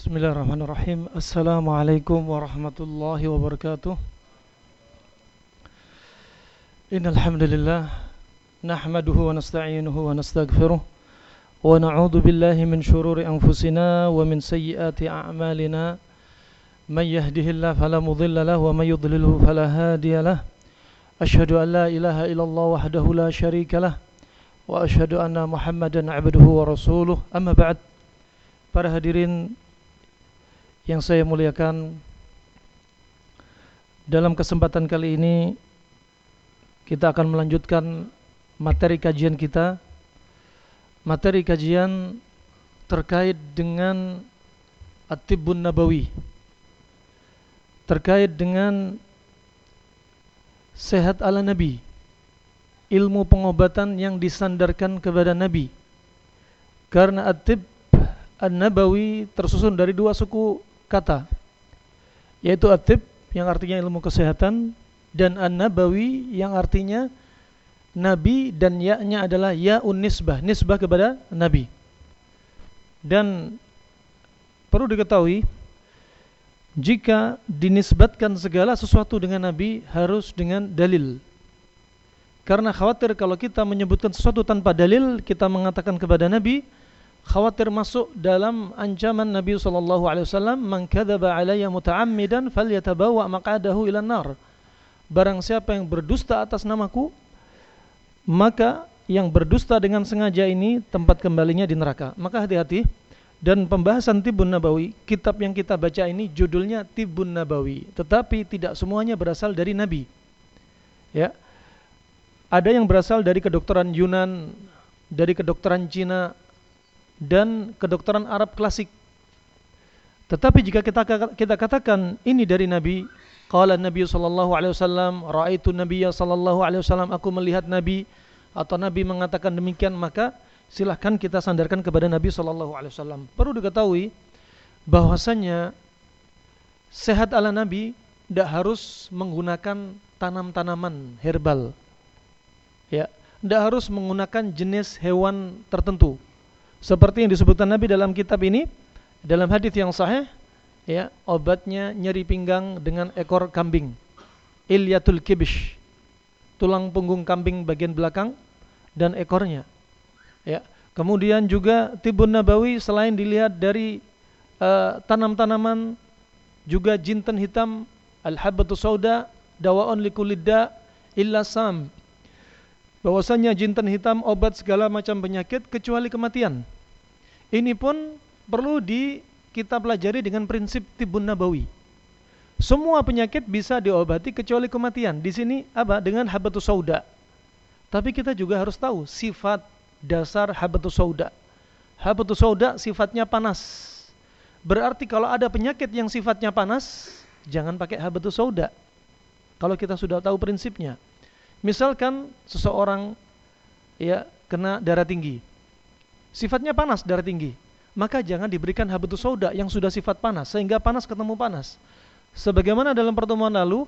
Bismillahirrahmanirrahim. Assalamualaikum warahmatullahi wabarakatuh. Innal hamdalillah nahmaduhu wa nasta'inuhu wa nastaghfiruh wa na'udzu billahi min shururi anfusina wa min sayyiati a'malina. May yahdihillahu fala mudilla lahu wa may yudlilhu fala hadiya lahu. Asyhadu an la ilaha illallah wahdahu la syarika lah wa asyhadu anna Muhammadan 'abduhu wa rasuluh. Amma ba'd. Para hadirin yang saya muliakan, dalam kesempatan kali ini kita akan melanjutkan materi kajian kita. Materi kajian terkait dengan At-Tibbun Nabawi, terkait dengan sehat ala Nabi, ilmu pengobatan yang disandarkan kepada Nabi. Karena At-Tibb An-Nabawi tersusun dari dua suku kata, yaitu At-Tibb yang artinya ilmu kesehatan, dan An-Nabawi yang artinya Nabi, dan ya-nya adalah ya'un nisbah, nisbah kepada Nabi. Dan perlu diketahui, jika dinisbatkan segala sesuatu dengan Nabi harus dengan dalil. Karena khawatir kalau kita menyebutkan sesuatu tanpa dalil, kita mengatakan kepada Nabi, khawatir masuk dalam ancaman Nabi SAW, man kadzaba alayya muta'ammidan falyatabawa maq'adahu ilan nar. Barang siapa yang berdusta atas namaku, maka yang berdusta dengan sengaja ini tempat kembalinya di neraka. Maka hati-hati. Dan pembahasan Tibbun Nabawi, kitab yang kita baca ini judulnya Tibbun Nabawi, tetapi tidak semuanya berasal dari Nabi. Ya. Ada yang berasal dari kedokteran Yunan, dari kedokteran Cina, dan kedokteran Arab klasik. Tetapi jika kita katakan ini dari Nabi, qala Nabi sallallahu alaihi wasallam, raaitu Nabiyya sallallahu alaihi wasallam, aku melihat Nabi, atau Nabi mengatakan demikian, maka silahkan kita sandarkan kepada Nabi sallallahu alaihi wasallam. Perlu diketahui bahwasanya sehat ala Nabi tidak harus menggunakan tanam-tanaman herbal. Ya, tidak harus menggunakan jenis hewan tertentu. Seperti yang disebutkan Nabi dalam kitab ini, dalam hadis yang sahih, ya, obatnya nyeri pinggang dengan ekor kambing, ilyatul kibish, tulang punggung kambing bagian belakang dan ekornya. Ya, kemudian juga Tibbun Nabawi selain dilihat dari tanam-tanaman, juga jinten hitam, al-habbatu sauda, dawa'un likulidda illa sam. Bahwasanya jinten hitam obat segala macam penyakit kecuali kematian. Ini pun perlu kita pelajari dengan prinsip Tibbun Nabawi. Semua penyakit bisa diobati kecuali kematian. Di sini apa? Dengan habbatus sauda. Tapi kita juga harus tahu sifat dasar habbatus sauda. Habbatus sauda sifatnya panas. Berarti kalau ada penyakit yang sifatnya panas, jangan pakai habbatus sauda. Kalau kita sudah tahu prinsipnya. Misalkan seseorang ya kena darah tinggi, sifatnya panas darah tinggi, maka jangan diberikan habbatus sauda yang sudah sifat panas, sehingga panas ketemu panas. Sebagaimana dalam pertemuan lalu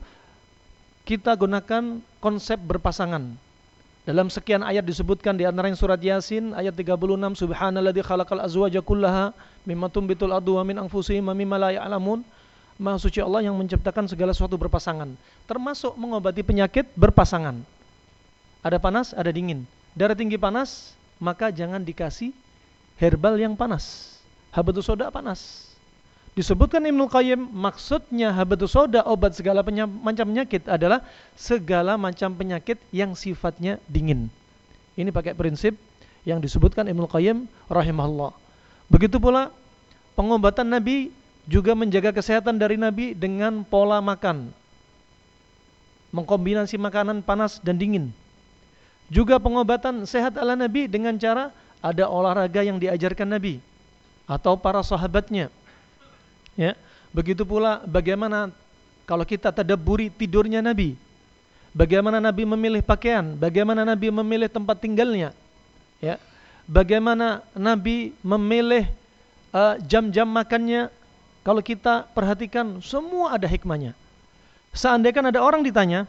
kita gunakan konsep berpasangan. Dalam sekian ayat disebutkan, di antaranya surat Yasin ayat 36, subhanalladzi khalaqal azwaja kullaha mimma tumbitul ardu wa min anfusihim wa mimma la ya'lamun. Maha suci Allah yang menciptakan segala sesuatu berpasangan, termasuk mengobati penyakit berpasangan. Ada panas, ada dingin. Darah tinggi panas, maka jangan dikasih herbal yang panas. Habbatus sauda panas. Disebutkan Ibnu Qayyim, maksudnya habbatus sauda obat segala macam penyakit adalah segala macam penyakit yang sifatnya dingin. Ini pakai prinsip yang disebutkan Ibnu Qayyim rahimahullah. Begitu pula pengobatan Nabi juga menjaga kesehatan dari Nabi dengan pola makan, mengkombinasi makanan panas dan dingin. Juga pengobatan sehat ala Nabi dengan cara ada olahraga yang diajarkan Nabi atau para sahabatnya. Ya, begitu pula bagaimana kalau kita tadabburi tidurnya Nabi, bagaimana Nabi memilih pakaian, bagaimana Nabi memilih tempat tinggalnya, ya, bagaimana Nabi memilih jam-jam makannya. Kalau kita perhatikan, semua ada hikmahnya. Seandainya ada orang ditanya,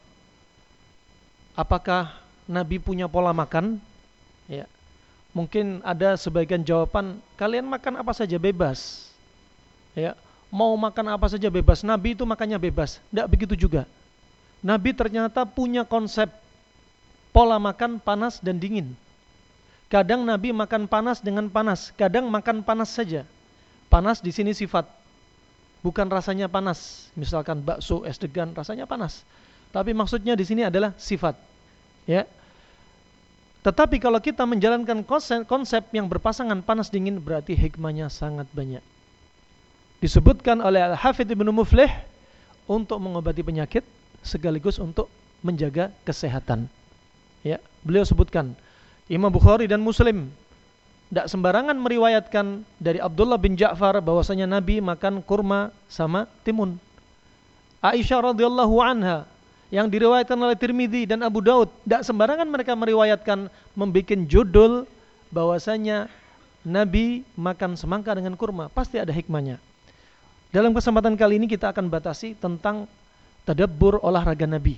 apakah Nabi punya pola makan? Ya, mungkin ada sebagian jawaban, kalian makan apa saja bebas. Ya, mau makan apa saja bebas. Nabi itu makannya bebas. Tidak begitu juga. Nabi ternyata punya konsep pola makan panas dan dingin. Kadang Nabi makan panas dengan panas, kadang makan panas saja. Panas di sini sifat, bukan rasanya panas. Misalkan bakso, es degan, rasanya panas. Tapi maksudnya di sini adalah sifat. Ya. Tetapi kalau kita menjalankan konsep yang berpasangan panas dingin, berarti hikmahnya sangat banyak. Disebutkan oleh Al-Hafidz Ibnu Muflih untuk mengobati penyakit sekaligus untuk menjaga kesehatan. Ya, beliau sebutkan Imam Bukhari dan Muslim tidak sembarangan meriwayatkan dari Abdullah bin Ja'far bahwasanya Nabi makan kurma sama timun. Aisyah radhiyallahu anha yang diriwayatkan oleh Tirmidzi dan Abu Daud, tidak sembarangan mereka meriwayatkan membuat judul bahwasanya Nabi makan semangka dengan kurma, pasti ada hikmahnya. Dalam kesempatan kali ini kita akan batasi tentang tadabbur olahraga Nabi.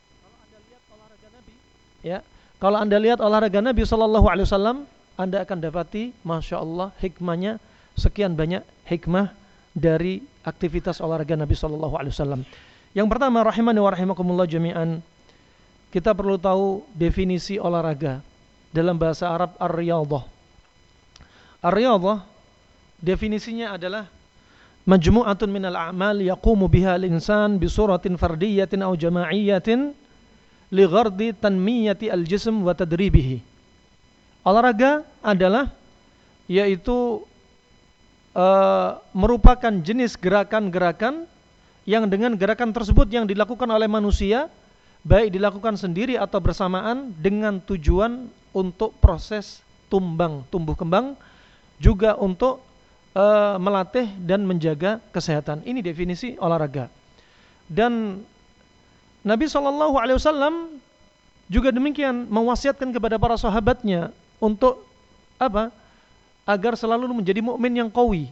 Ya, kalau Anda lihat olahraga Nabi sallallahu alaihi wasallam, Anda akan dapati Masya Allah hikmahnya sekian banyak hikmah dari aktivitas olahraga Nabi sallallahu alaihi wasallam. Yang pertama, rahimani wa rahimakumullah jami'an, kita perlu tahu definisi olahraga dalam bahasa Arab ar-riyadhah. Ar-riyadhah definisinya adalah majmu'atun minal a'mal yaqumu biha al-insan bi suratin fardiyatin aw jama'iyyatin li ghardi tanmiyati al-jism wa tadribihi. Olahraga adalah yaitu merupakan jenis gerakan-gerakan yang dengan gerakan tersebut yang dilakukan oleh manusia, baik dilakukan sendiri atau bersamaan, dengan tujuan untuk proses tumbuh kembang, juga untuk melatih dan menjaga kesehatan. Ini definisi olahraga. Dan Nabi SAW juga demikian mewasiatkan kepada para sahabatnya untuk apa? Agar selalu menjadi mukmin yang qawi,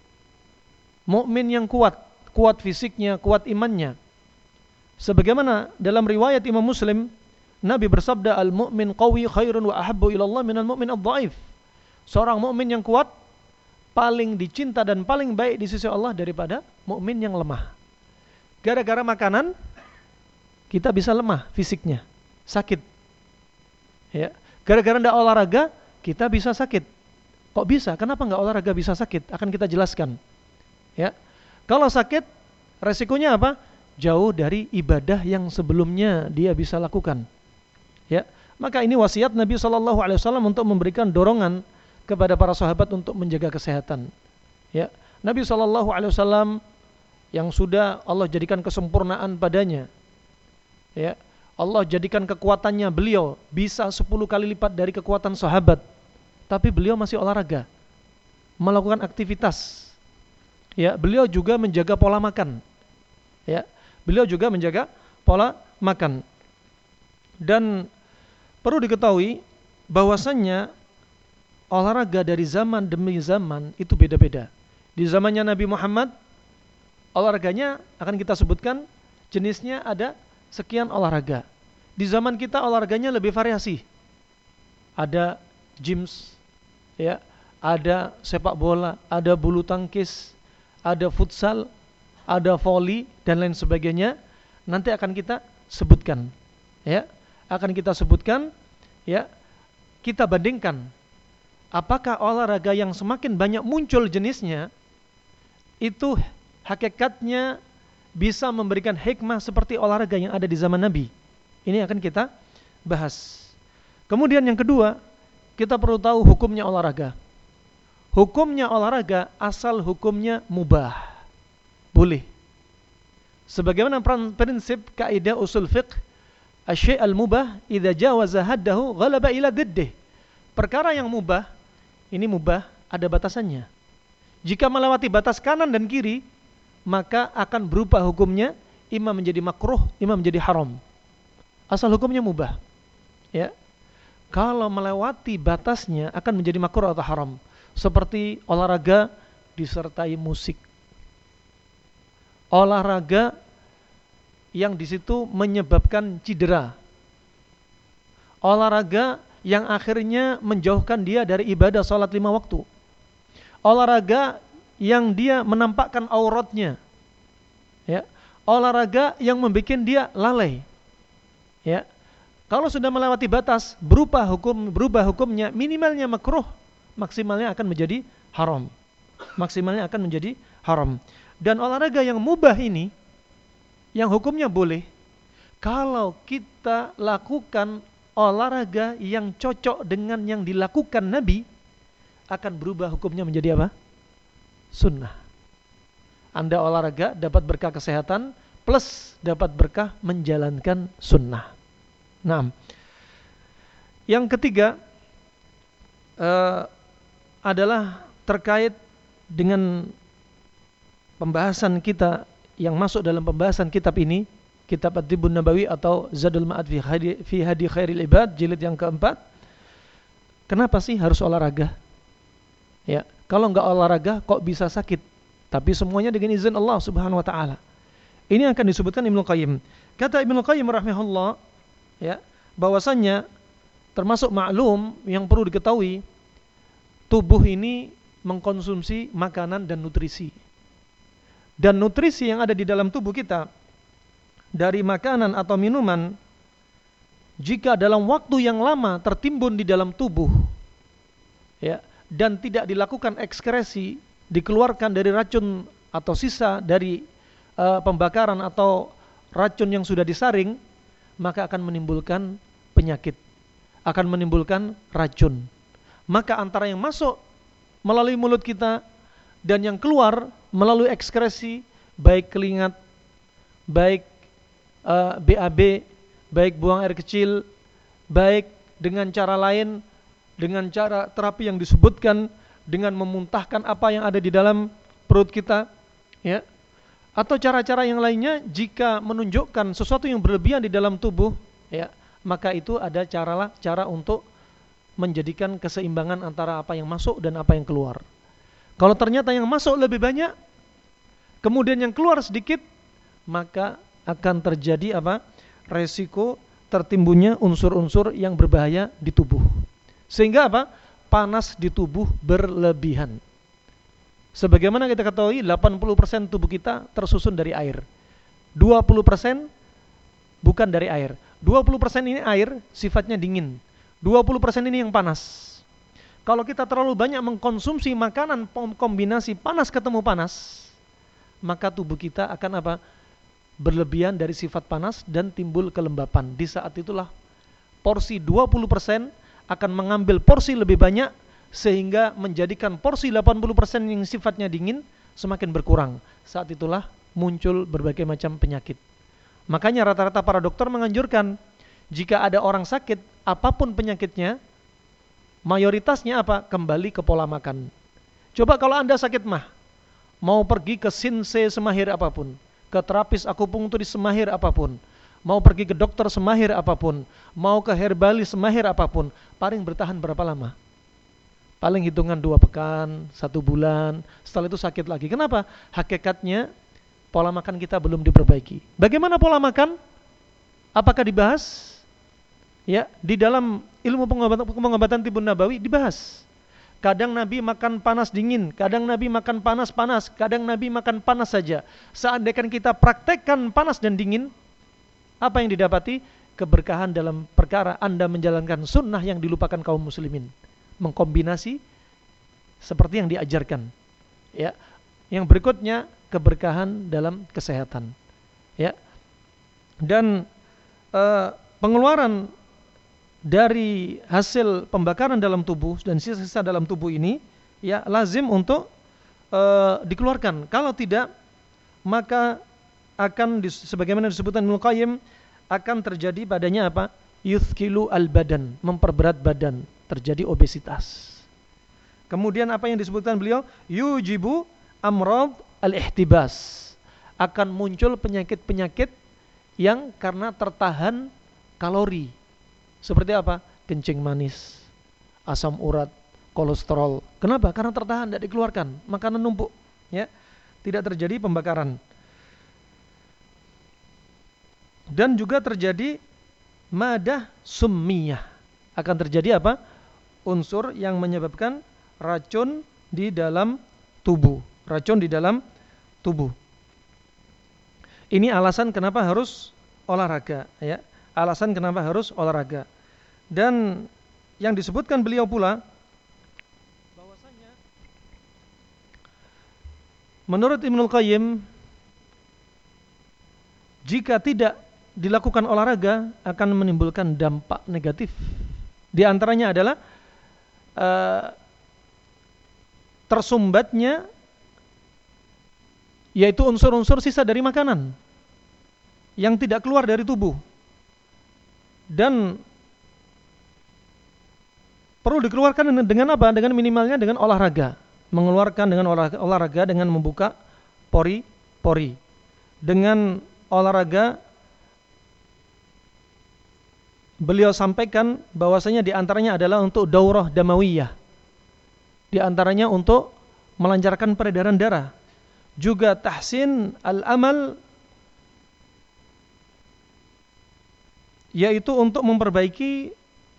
mukmin yang kuat fisiknya, kuat imannya. Sebagaimana dalam riwayat Imam Muslim, Nabi bersabda, al-mu'min qawi khairun wa ahabbu ilallah minal mu'min ad-dha'if. Seorang mukmin yang kuat paling dicinta dan paling baik di sisi Allah daripada mukmin yang lemah. Gara-gara makanan kita bisa lemah fisiknya, sakit. Ya, gara-gara tidak olahraga kita bisa sakit. Kok bisa? Kenapa nggak olahraga bisa sakit? Akan kita jelaskan. Ya, kalau sakit resikonya apa? Jauh dari ibadah yang sebelumnya dia bisa lakukan. Ya, maka ini wasiat Nabi SAW untuk memberikan dorongan kepada para sahabat untuk menjaga kesehatan. Ya, Nabi SAW yang sudah Allah jadikan kesempurnaan padanya. Ya, Allah jadikan kekuatannya beliau bisa 10 kali lipat dari kekuatan sahabat. Tapi beliau masih olahraga, melakukan aktivitas. Ya, beliau juga menjaga pola makan. Ya, beliau juga menjaga pola makan. Dan perlu diketahui bahwasannya olahraga dari zaman demi zaman itu beda-beda. Di zamannya Nabi Muhammad, olahraganya akan kita sebutkan jenisnya ada sekian olahraga. Di zaman kita olahraganya lebih variasi. Ada gyms, ya, ada sepak bola, ada bulu tangkis, ada futsal, ada voli dan lain sebagainya. Nanti akan kita sebutkan, ya, akan kita sebutkan, ya, kita bandingkan. Apakah olahraga yang semakin banyak muncul jenisnya itu hakikatnya bisa memberikan hikmah seperti olahraga yang ada di zaman Nabi? Ini akan kita bahas. Kemudian yang kedua, kita perlu tahu hukumnya olahraga. Hukumnya olahraga asal hukumnya mubah, boleh. Sebagaimana prinsip kaidah usul fiqh, asy-syai' al-mubah idza jawaza haddahu ghalaba ila diddih. Perkara yang mubah, ini mubah ada batasannya. Jika melewati batas kanan dan kiri, maka akan berubah hukumnya, imam menjadi makruh, imam menjadi haram. Asal hukumnya mubah. Ya. Kalau melewati batasnya akan menjadi makruh atau haram. Seperti olahraga disertai musik. Olahraga yang di situ menyebabkan cedera. Olahraga yang akhirnya menjauhkan dia dari ibadah salat 5 waktu. Olahraga yang dia menampakkan auratnya, ya, olahraga yang membuat dia lalai, ya. Kalau sudah melewati batas, berubah hukumnya, minimalnya makruh, maksimalnya akan menjadi haram. Maksimalnya akan menjadi haram. Dan olahraga yang mubah ini, yang hukumnya boleh, kalau kita lakukan olahraga yang cocok dengan yang dilakukan Nabi, akan berubah hukumnya menjadi apa? Sunnah. Anda olahraga dapat berkah kesehatan, plus dapat berkah menjalankan sunnah. Nah, yang ketiga adalah terkait dengan pembahasan kita yang masuk dalam pembahasan kitab ini, kitab At-Tibbun Nabawi atau Zadul Ma'ad fi Hadi Khairil Ibad, jilid yang keempat. Kenapa sih harus olahraga? Ya, kalau enggak olahraga kok bisa sakit? Tapi semuanya dengan izin Allah Subhanahu wa taala. Ini akan disebutkan Ibnu Qayyim. Kata Ibnu Qayyim rahimahullah, ya, bahwasannya termasuk maklum yang perlu diketahui, tubuh ini mengkonsumsi makanan dan nutrisi. Dan nutrisi yang ada di dalam tubuh kita dari makanan atau minuman, jika dalam waktu yang lama tertimbun di dalam tubuh, ya, dan tidak dilakukan ekskresi, dikeluarkan dari racun atau sisa dari pembakaran atau racun yang sudah disaring, maka akan menimbulkan penyakit, akan menimbulkan racun. Maka antara yang masuk melalui mulut kita dan yang keluar melalui ekskresi, baik keringat, baik BAB, baik buang air kecil, baik dengan cara lain, dengan cara terapi yang disebutkan, dengan memuntahkan apa yang ada di dalam perut kita, ya, atau cara-cara yang lainnya, jika menunjukkan sesuatu yang berlebihan di dalam tubuh, ya, maka itu ada cara untuk menjadikan keseimbangan antara apa yang masuk dan apa yang keluar. Kalau ternyata yang masuk lebih banyak, kemudian yang keluar sedikit, maka akan terjadi apa? Resiko tertimbunnya unsur-unsur yang berbahaya di tubuh. Sehingga apa? Panas di tubuh berlebihan. Sebagaimana kita ketahui, 80% tubuh kita tersusun dari air. 20% bukan dari air. 20% ini air, sifatnya dingin. 20% ini yang panas. Kalau kita terlalu banyak mengkonsumsi makanan kombinasi panas ketemu panas, maka tubuh kita akan apa? Berlebihan dari sifat panas dan timbul kelembapan. Di saat itulah porsi 20% akan mengambil porsi lebih banyak, sehingga menjadikan porsi 80% yang sifatnya dingin semakin berkurang. Saat itulah muncul berbagai macam penyakit. Makanya rata-rata para dokter menganjurkan, jika ada orang sakit, apapun penyakitnya, mayoritasnya apa? Kembali ke pola makan. Coba kalau Anda sakit mah, mau pergi ke sinse semahir apapun, ke terapis akupunkturis semahir apapun, mau pergi ke dokter semahir apapun, mau ke herbalis semahir apapun, paling bertahan berapa lama? Paling hitungan 2 pekan, 1 bulan, setelah itu sakit lagi. Kenapa? Hakikatnya pola makan kita belum diperbaiki. Bagaimana pola makan? Apakah dibahas? Ya, di dalam ilmu pengobatan Tibbun Nabawi dibahas. Kadang Nabi makan panas dingin, kadang Nabi makan panas-panas, kadang Nabi makan panas saja. Seandainya kita praktekkan panas dan dingin, apa yang didapati? Keberkahan dalam perkara Anda menjalankan sunnah yang dilupakan kaum muslimin. Mengkombinasi seperti yang diajarkan, ya. Yang berikutnya keberkahan dalam kesehatan, ya. Dan pengeluaran dari hasil pembakaran dalam tubuh dan sisa-sisa dalam tubuh ini, ya, lazim untuk dikeluarkan. Kalau tidak, maka akan sebagaimana disebutkan Ibnu Qayyim, akan terjadi padanya apa? Yuthkilu al-badan, memperberat badan, terjadi obesitas. Kemudian apa yang disebutkan beliau? Yujibu amrad al-ihtibas, akan muncul penyakit-penyakit yang karena tertahan kalori. Seperti apa? Kencing manis, asam urat, kolesterol. Kenapa? Karena tertahan, tidak dikeluarkan, makanan numpuk, ya. Tidak terjadi pembakaran. Dan juga terjadi madah summiyah, akan terjadi apa? Unsur yang menyebabkan racun di dalam tubuh. racun di dalam tubuh. Ini alasan kenapa harus olahraga, ya. Alasan kenapa harus olahraga. Dan yang disebutkan beliau pula bahwasanya menurut Ibnul Qayyim, jika tidak dilakukan olahraga akan menimbulkan dampak negatif. Di antaranya adalah tersumbatnya yaitu unsur-unsur sisa dari makanan yang tidak keluar dari tubuh, dan perlu dikeluarkan dengan apa? Dengan minimalnya dengan olahraga, mengeluarkan dengan olahraga dengan membuka pori-pori. Dengan olahraga beliau sampaikan bahwasanya di antaranya adalah untuk daurah damawiyah, di antaranya untuk melancarkan peredaran darah, juga tahsin al-amal, yaitu untuk memperbaiki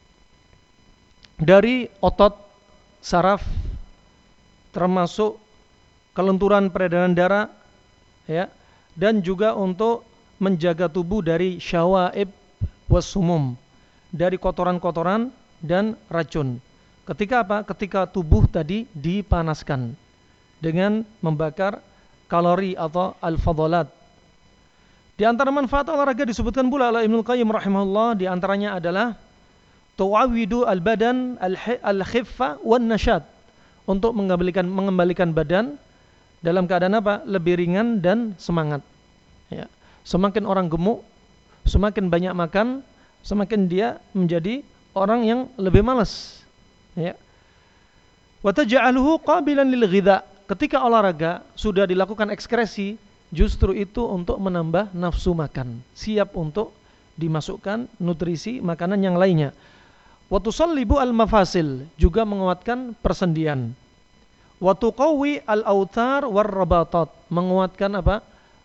dari otot saraf, termasuk kelenturan peredaran darah, ya, dan juga untuk menjaga tubuh dari syawaib wassumum, dari kotoran-kotoran dan racun. Ketika apa? Ketika tubuh tadi dipanaskan dengan membakar kalori atau al-fadalat. Di antara manfaat olahraga disebutkan pula oleh Ibnul Qayyim rahimahullah, di antaranya adalah tu'awidu al-badan al-khiffa wan nasyat, untuk mengembalikan badan dalam keadaan apa? Lebih ringan dan semangat. Ya. Semakin orang gemuk, semakin banyak makan, semakin dia menjadi orang yang lebih malas. Ya. Wa taj'aluhu qabilan lil ghidha. Ketika olahraga sudah dilakukan ekskresi, justru itu untuk menambah nafsu makan, siap untuk dimasukkan nutrisi makanan yang lainnya. Wa tusallibu al-mafasil, juga menguatkan persendian. Wa tuqawwi al-autar war-rabatat, menguatkan apa?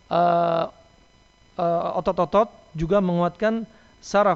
Otot-otot, juga menguatkan saraf.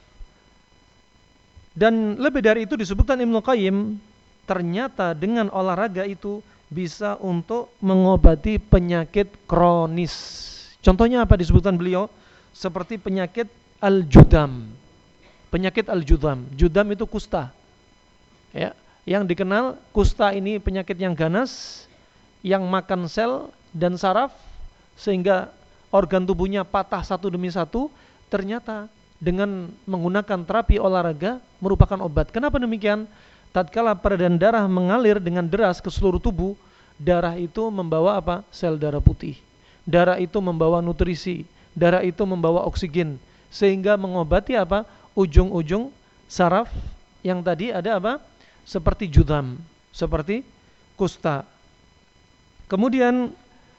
Dan lebih dari itu disebutkan Ibnu Qayyim, ternyata dengan olahraga itu bisa untuk mengobati penyakit kronis. Contohnya apa disebutkan beliau? Seperti penyakit al-judam. Penyakit al-judam. Judam itu kusta. Ya, yang dikenal kusta ini penyakit yang ganas, yang makan sel dan saraf sehingga organ tubuhnya patah satu demi satu. Ternyata dengan menggunakan terapi olahraga merupakan obat. Kenapa demikian? Tatkala peredaran darah mengalir dengan deras ke seluruh tubuh, darah itu membawa apa? Sel darah putih. Darah itu membawa nutrisi, darah itu membawa oksigen, sehingga mengobati apa? Ujung-ujung saraf yang tadi ada apa? Seperti judam, seperti kusta. Kemudian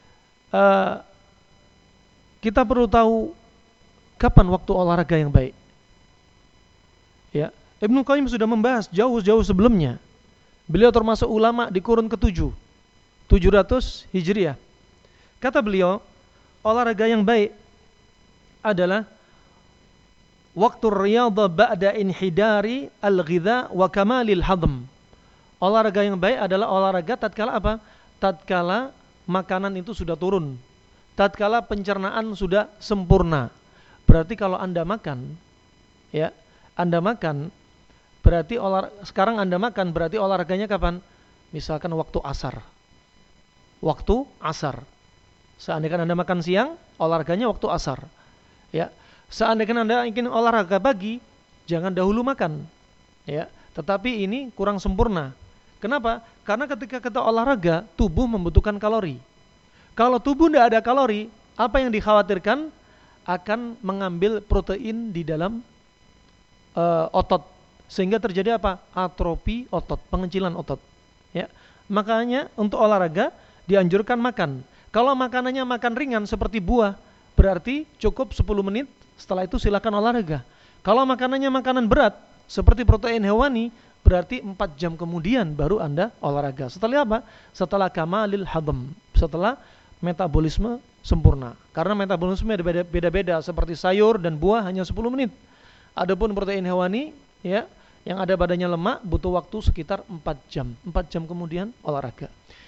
kita perlu tahu kapan waktu olahraga yang baik. Ya, Ibnu Qayyim sudah membahas jauh-jauh sebelumnya. Beliau termasuk ulama di kurun ke-7, 700 Hijriah. Kata beliau, olahraga yang baik adalah waktu riyadha ba'da inhidari al-ghidha wa kamalil hadm. Olahraga yang baik adalah olahraga tatkala apa? Tatkala makanan itu sudah turun, tatkala pencernaan sudah sempurna. Berarti kalau Anda makan, ya, Anda makan, berarti sekarang Anda makan, berarti olahraganya kapan? Misalkan waktu asar. Waktu asar. Seandainya Anda makan siang, olahraganya waktu asar. Ya. Seandainya Anda ingin olahraga pagi, jangan dahulu makan. Ya. Tetapi ini kurang sempurna. Kenapa? Karena ketika kita olahraga, tubuh membutuhkan kalori. Kalau tubuh tidak ada kalori, apa yang dikhawatirkan? Akan mengambil protein di dalam otot, sehingga terjadi apa? Atrofi otot, pengecilan otot. Ya, makanya untuk olahraga dianjurkan makan. Kalau makanannya makan ringan seperti buah, berarti cukup 10 menit. Setelah itu silakan olahraga. Kalau makanannya makanan berat seperti protein hewani, berarti 4 jam kemudian baru Anda olahraga. Setelah apa? Setelah kamalil hadam, setelah metabolisme sempurna. Karena metabolisme beda-beda, seperti sayur dan buah hanya 10 menit. Adapun protein hewani, ya, yang ada badannya lemak butuh waktu sekitar 4 jam. 4 jam kemudian olahraga.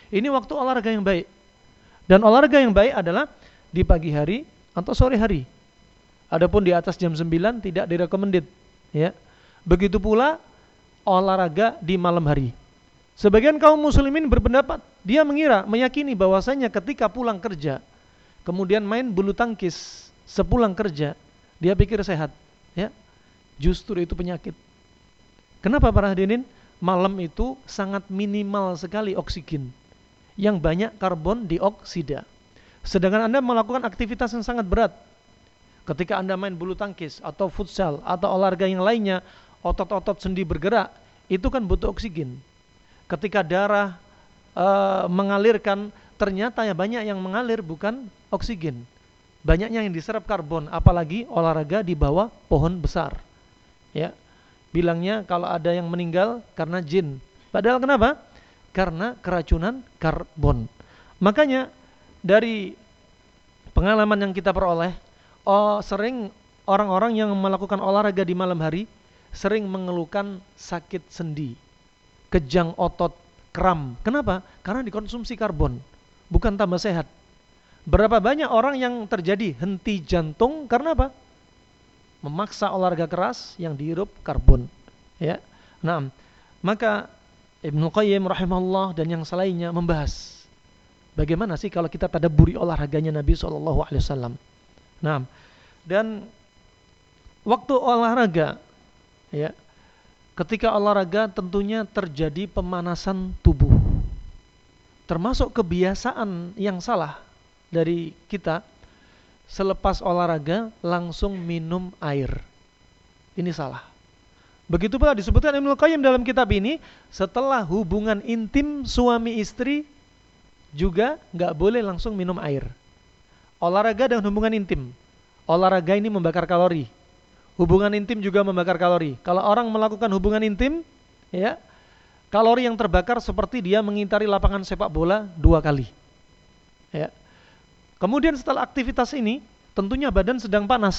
Ini waktu olahraga yang baik. Dan olahraga yang baik adalah di pagi hari atau sore hari. Adapun di atas jam 9 tidak direkomended, ya. Begitu pula olahraga di malam hari. Sebagian kaum muslimin berpendapat, dia meyakini bahwasanya ketika pulang kerja, kemudian main bulu tangkis sepulang kerja, dia pikir sehat, ya. Justru itu penyakit. Kenapa para hadirin? Malam itu sangat minimal sekali oksigen, yang banyak karbon dioksida. Sedangkan Anda melakukan aktivitas yang sangat berat. Ketika Anda main bulu tangkis atau futsal atau olahraga yang lainnya, otot-otot sendi bergerak, itu kan butuh oksigen. Ketika darah mengalirkan, ternyata ya banyak yang mengalir bukan oksigen. Banyaknya yang diserap karbon, apalagi olahraga di bawah pohon besar. Ya. Bilangnya kalau ada yang meninggal karena jin. Padahal kenapa? Karena keracunan karbon. Makanya dari pengalaman yang kita peroleh, sering orang-orang yang melakukan olahraga di malam hari sering mengeluhkan sakit sendi, kejang otot, kram. Kenapa? Karena dikonsumsi karbon, bukan tambah sehat. Berapa banyak orang yang terjadi henti jantung karena apa? Memaksa olahraga keras yang dihirup karbon, ya. Nah, maka Ibnu Qayyim rahimahullah dan yang selainnya membahas bagaimana sih kalau kita tadabburi olahraganya Nabi SAW. Nah, dan waktu olahraga, ya, ketika olahraga tentunya terjadi pemanasan tubuh, termasuk kebiasaan yang salah dari kita. Selepas olahraga langsung minum air. Ini salah. Begitu pula disebutkan Ibnu Qayyim dalam kitab ini, setelah hubungan intim suami istri juga nggak boleh langsung minum air. Olahraga dan hubungan intim. Olahraga ini membakar kalori. Hubungan intim juga membakar kalori. Kalau orang melakukan hubungan intim, ya, kalori yang terbakar seperti dia mengitari lapangan sepak bola 2 kali. Ya. Kemudian setelah aktivitas ini, tentunya badan sedang panas.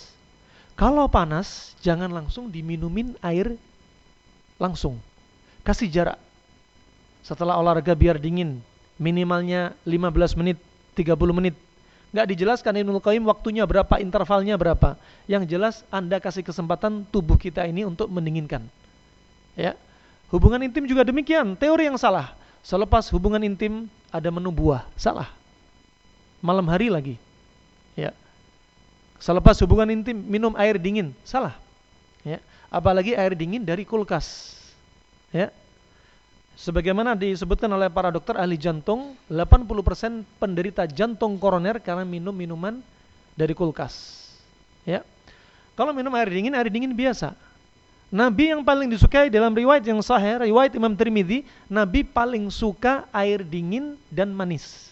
Kalau panas, jangan langsung diminumin air langsung. Kasih jarak. Setelah olahraga biar dingin, minimalnya 15 menit, 30 menit. Nggak dijelaskan Ibnu Qayyim waktunya berapa, intervalnya berapa. Yang jelas Anda kasih kesempatan tubuh kita ini untuk mendinginkan. Ya. Hubungan intim juga demikian, teori yang salah. Selepas hubungan intim ada menu buah, salah. Malam hari lagi, ya. Selepas hubungan intim minum air dingin, salah, ya. Apalagi air dingin dari kulkas, ya. Sebagaimana disebutkan oleh para dokter ahli jantung, 80% penderita jantung koroner karena minum minuman dari kulkas, ya. Kalau minum air dingin biasa. Nabi yang paling disukai dalam riwayat yang sahih, riwayat Imam Tirmidzi, Nabi paling suka air dingin dan manis.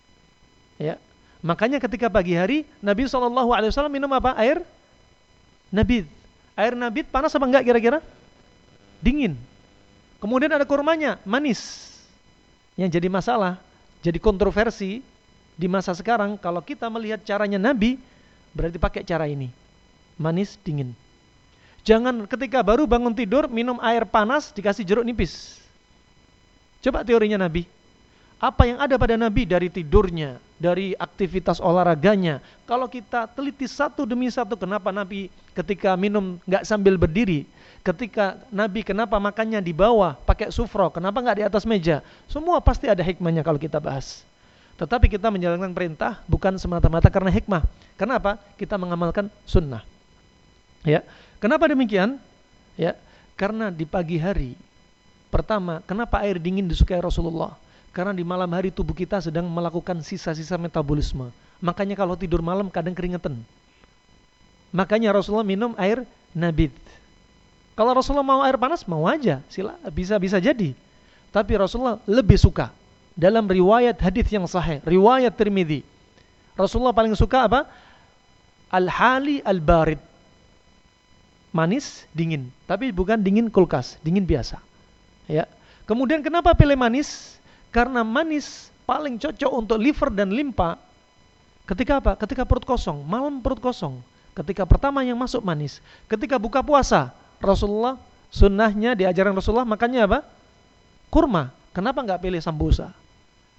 Ya, makanya ketika pagi hari Nabi SAW minum apa? Air nabid. Air nabid panas apa enggak kira-kira? Dingin. Kemudian ada kurmanya, manis. Yang jadi masalah, jadi kontroversi di masa sekarang, kalau kita melihat caranya Nabi, berarti pakai cara ini. Manis, dingin. Jangan ketika baru bangun tidur minum air panas dikasih jeruk nipis. Coba teorinya Nabi. Apa yang ada pada Nabi dari tidurnya, dari aktivitas olahraganya. Kalau kita teliti satu demi satu, kenapa Nabi ketika minum nggak sambil berdiri, ketika Nabi kenapa makannya di bawah pakai sufro, kenapa nggak di atas meja, semua pasti ada hikmahnya kalau kita bahas. Tetapi kita menjalankan perintah bukan semata-mata karena hikmah. Kenapa? Kita mengamalkan sunnah. Ya, kenapa demikian? Ya, karena di pagi hari, pertama, kenapa air dingin disukai Rasulullah? Karena di malam hari tubuh kita sedang melakukan sisa-sisa metabolisme. Makanya kalau tidur malam kadang keringetan. Makanya Rasulullah minum air nabid. Kalau Rasulullah mau air panas, mau aja, bisa jadi. Tapi Rasulullah lebih suka. Dalam riwayat hadis yang sahih, riwayat Tirmidzi, Rasulullah paling suka apa? Al-hali al-barid. Manis, dingin. Tapi bukan dingin kulkas, dingin biasa. Ya. Kemudian kenapa pilih manis? Karena manis paling cocok untuk liver dan limpa. Ketika apa? Ketika perut kosong, malam perut kosong. Ketika pertama yang masuk manis. Ketika buka puasa, Rasulullah sunnahnya di ajaran Rasulullah makannya apa? Kurma. Kenapa nggak pilih sambusa?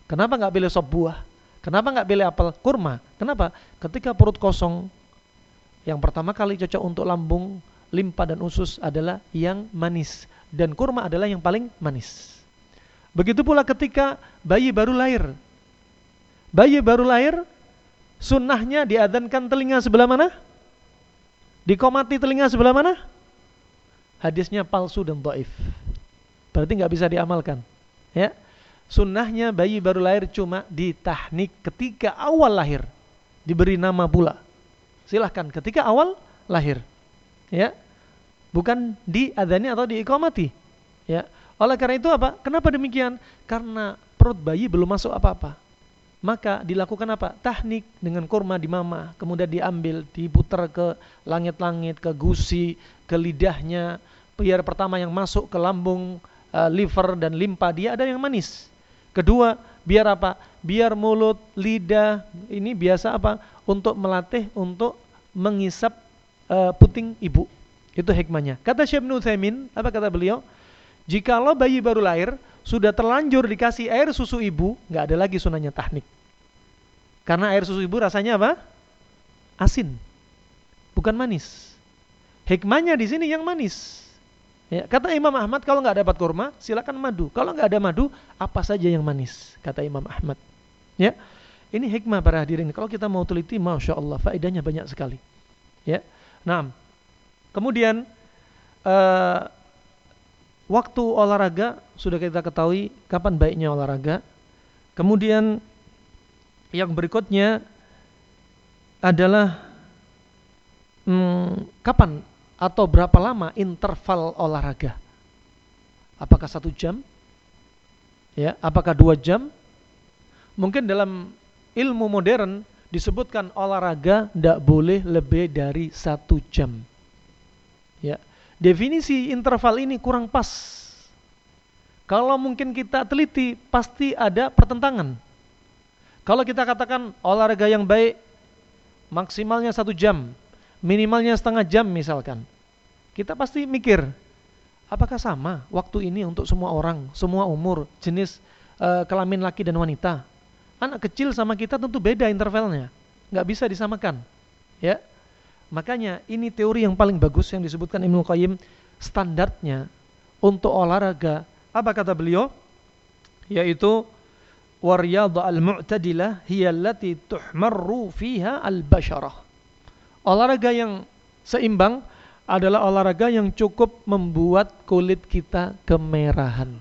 Kenapa nggak pilih sop buah? Kenapa nggak pilih apel kurma? Kenapa? Ketika perut kosong, yang pertama kali cocok untuk lambung, limpa dan usus adalah yang manis. Dan kurma adalah yang paling manis. Begitu pula ketika bayi baru lahir. Bayi baru lahir, sunnahnya diadzankan telinga sebelah mana? Diqomati telinga sebelah mana? Hadisnya palsu dan dhaif. Berarti nggak bisa diamalkan. Ya, sunnahnya bayi baru lahir cuma ditahnik ketika awal lahir, diberi nama pula. Silahkan ketika awal lahir, ya, bukan diadzani atau diiqomati. Ya, oleh karena itu apa? Kenapa demikian? Karena perut bayi belum masuk apa-apa. Maka dilakukan apa? Tahnik dengan kurma di mama, kemudian diambil, diputar ke langit-langit, ke gusi, ke lidahnya, biar pertama yang masuk ke lambung, liver dan limpa dia ada yang manis. Kedua, biar apa? Biar mulut, lidah ini biasa apa? Untuk melatih, untuk mengisap puting ibu. Itu hikmahnya. Kata Syekh Ibnu Utsaimin, apa kata beliau? Jikalau bayi baru lahir sudah terlanjur dikasih air susu ibu, nggak ada lagi sunahnya tahnik. Karena air susu ibu rasanya apa? Asin, bukan manis. Hikmahnya di sini yang manis. Ya, kata Imam Ahmad, kalau nggak dapat kurma, silakan madu. Kalau nggak ada madu, apa saja yang manis, kata Imam Ahmad. Ya, ini hikmah para hadirin. Kalau kita mau teliti, masya Allah, faedahnya banyak sekali. Ya, nah, kemudian waktu olahraga sudah kita ketahui kapan baiknya olahraga. Kemudian yang berikutnya adalah kapan atau berapa lama interval olahraga. Apakah 1 jam? Ya, apakah 2 jam? Mungkin dalam ilmu modern disebutkan olahraga tidak boleh lebih dari 1 jam. Ya. Definisi interval ini kurang pas. Kalau mungkin kita teliti, pasti ada pertentangan. Kalau kita katakan olahraga yang baik, maksimalnya 1 jam, minimalnya setengah jam misalkan. Kita pasti mikir, apakah sama waktu ini untuk semua orang, semua umur, jenis kelamin laki dan wanita? Anak kecil sama kita tentu beda intervalnya, nggak bisa disamakan. Ya. Makanya ini teori yang paling bagus yang disebutkan Ibnu Qayyim, standarnya untuk olahraga. Apa kata beliau? Yaitu wariyadha al-mu'tadilah hiya allati tuhmarru fiha al-basharah. Olahraga yang seimbang adalah olahraga yang cukup membuat kulit kita kemerahan.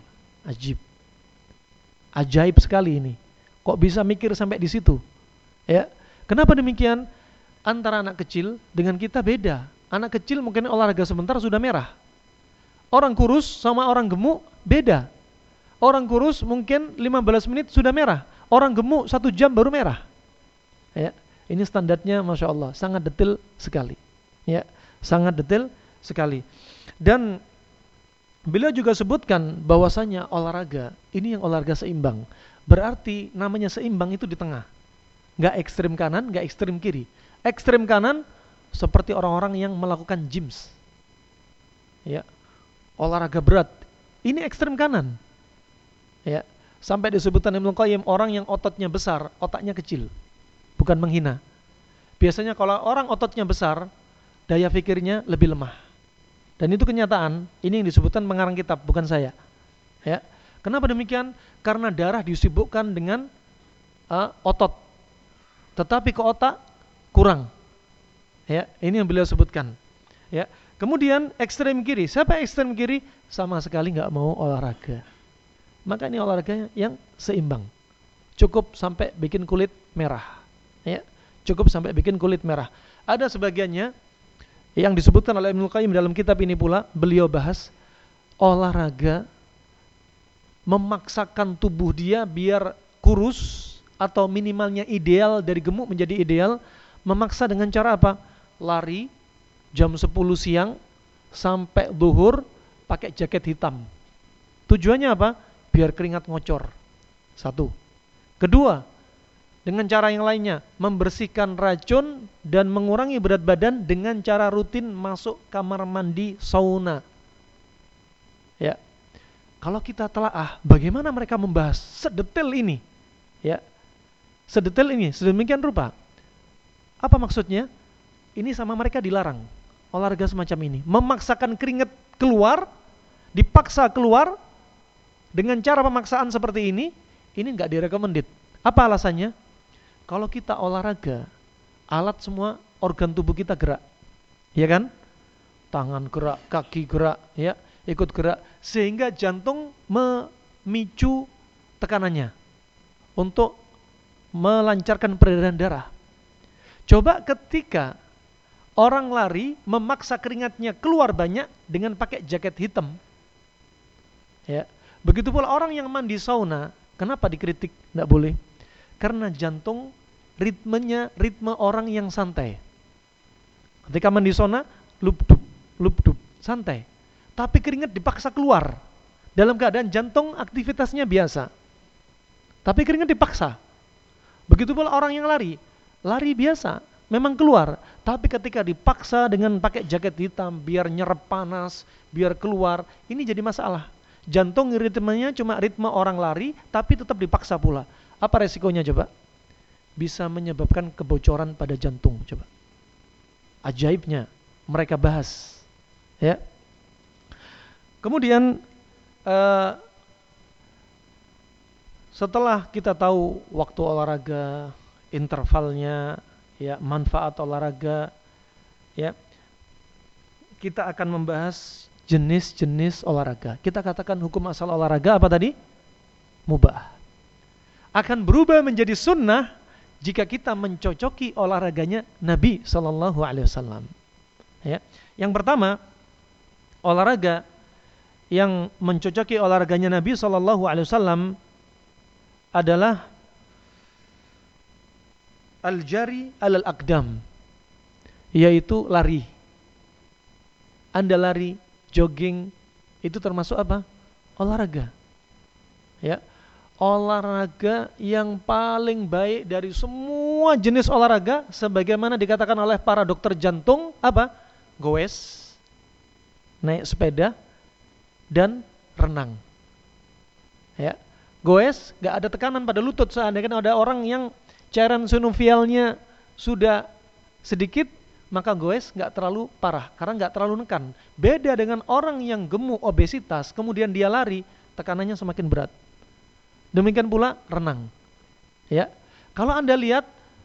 Ajaib sekali ini. Kok bisa mikir sampai di situ? Ya. Kenapa demikian? Antara anak kecil dengan kita beda. Anak kecil mungkin olahraga sebentar sudah merah. Orang kurus sama orang gemuk beda. Orang kurus mungkin 15 menit sudah merah. Orang gemuk 1 jam baru merah. Ya, ini standarnya Masya Allah, sangat detail sekali. Ya, sangat detail sekali. Dan beliau juga sebutkan bahwasanya olahraga ini yang olahraga seimbang. Berarti namanya seimbang itu di tengah. Nggak ekstrem kanan, nggak ekstrem kiri. Ekstrem kanan seperti orang-orang yang melakukan gyms. Ya. Olahraga berat. Ini ekstrem kanan. Ya. Sampai disebutkan Ibnu Qayyim, orang yang ototnya besar, otaknya kecil. Bukan menghina. Biasanya kalau orang ototnya besar, daya pikirnya lebih lemah. Dan itu kenyataan. Ini yang disebutkan pengarang kitab, bukan saya. Ya. Kenapa demikian? Karena darah disibukkan dengan otot. Tetapi ke otak kurang. Ya, ini yang beliau sebutkan. Ya. Kemudian ekstrem kiri. Siapa ekstrem kiri? Sama sekali nggak mau olahraga. Maka ini olahraga yang seimbang. Cukup sampai bikin kulit merah. Ya. Cukup sampai bikin kulit merah. Ada sebagiannya yang disebutkan oleh Ibnu Qayyim dalam kitab ini pula, beliau bahas olahraga memaksakan tubuh dia biar kurus atau minimalnya ideal, dari gemuk menjadi ideal, memaksa dengan cara apa? Lari jam 10 siang sampai zuhur pakai jaket hitam. Tujuannya apa? Biar keringat ngocor. 1. Kedua, dengan cara yang lainnya, membersihkan racun dan mengurangi berat badan dengan cara rutin masuk kamar mandi sauna. Ya. Kalau kita telaah bagaimana mereka membahas sedetail ini, Ya, sedetail ini, sedemikian rupa. Apa maksudnya? Ini sama mereka dilarang olahraga semacam ini. Memaksakan keringat keluar, dipaksa keluar dengan cara pemaksaan seperti ini nggak direkomended. Apa alasannya? Kalau kita olahraga, alat semua organ tubuh kita gerak, ya kan? Tangan gerak, kaki gerak, ya, ikut gerak, sehingga jantung memicu tekanannya untuk melancarkan peredaran darah. Coba ketika orang lari memaksa keringatnya keluar banyak dengan pakai jaket hitam, ya. Begitu pula orang yang mandi sauna, kenapa dikritik tidak boleh? Karena jantung ritme orang yang santai. Ketika mandi sauna, lupdup, santai. Tapi keringat dipaksa keluar dalam keadaan jantung aktivitasnya biasa. Tapi keringat dipaksa. Begitu pula orang yang lari biasa, memang keluar. Tapi ketika dipaksa dengan pakai jaket hitam, biar nyerap panas, biar keluar, ini jadi masalah. Jantung ritmenya cuma ritme orang lari, tapi tetap dipaksa pula. Apa resikonya coba? Bisa menyebabkan kebocoran pada jantung, coba. Ajaibnya mereka bahas, ya. Kemudian setelah kita tahu waktu olahraga, intervalnya, ya, manfaat olahraga, ya, kita akan membahas jenis-jenis olahraga. Kita katakan hukum asal olahraga apa tadi? Mubah. Akan berubah menjadi sunnah jika kita mencocoki olahraganya Nabi Sallallahu Alaihi Wasallam. Ya. Yang pertama, olahraga yang mencocoki olahraganya Nabi Sallallahu Alaihi Wasallam adalah al-jari alal aqdam, yaitu lari. Anda lari, jogging, itu termasuk apa? Olahraga. Ya. Olahraga yang paling baik dari semua jenis olahraga, sebagaimana dikatakan oleh para dokter jantung, apa? Goes, naik sepeda, dan renang. Ya. Goes, gak ada tekanan pada lutut. Seandainya ada orang yang cairan sinovialnya sudah sedikit, maka goes gak terlalu parah, karena gak terlalu nekan. Beda dengan orang yang gemuk, obesitas, kemudian dia lari, tekanannya semakin berat. Demikian pula renang. Ya, kalau Anda lihat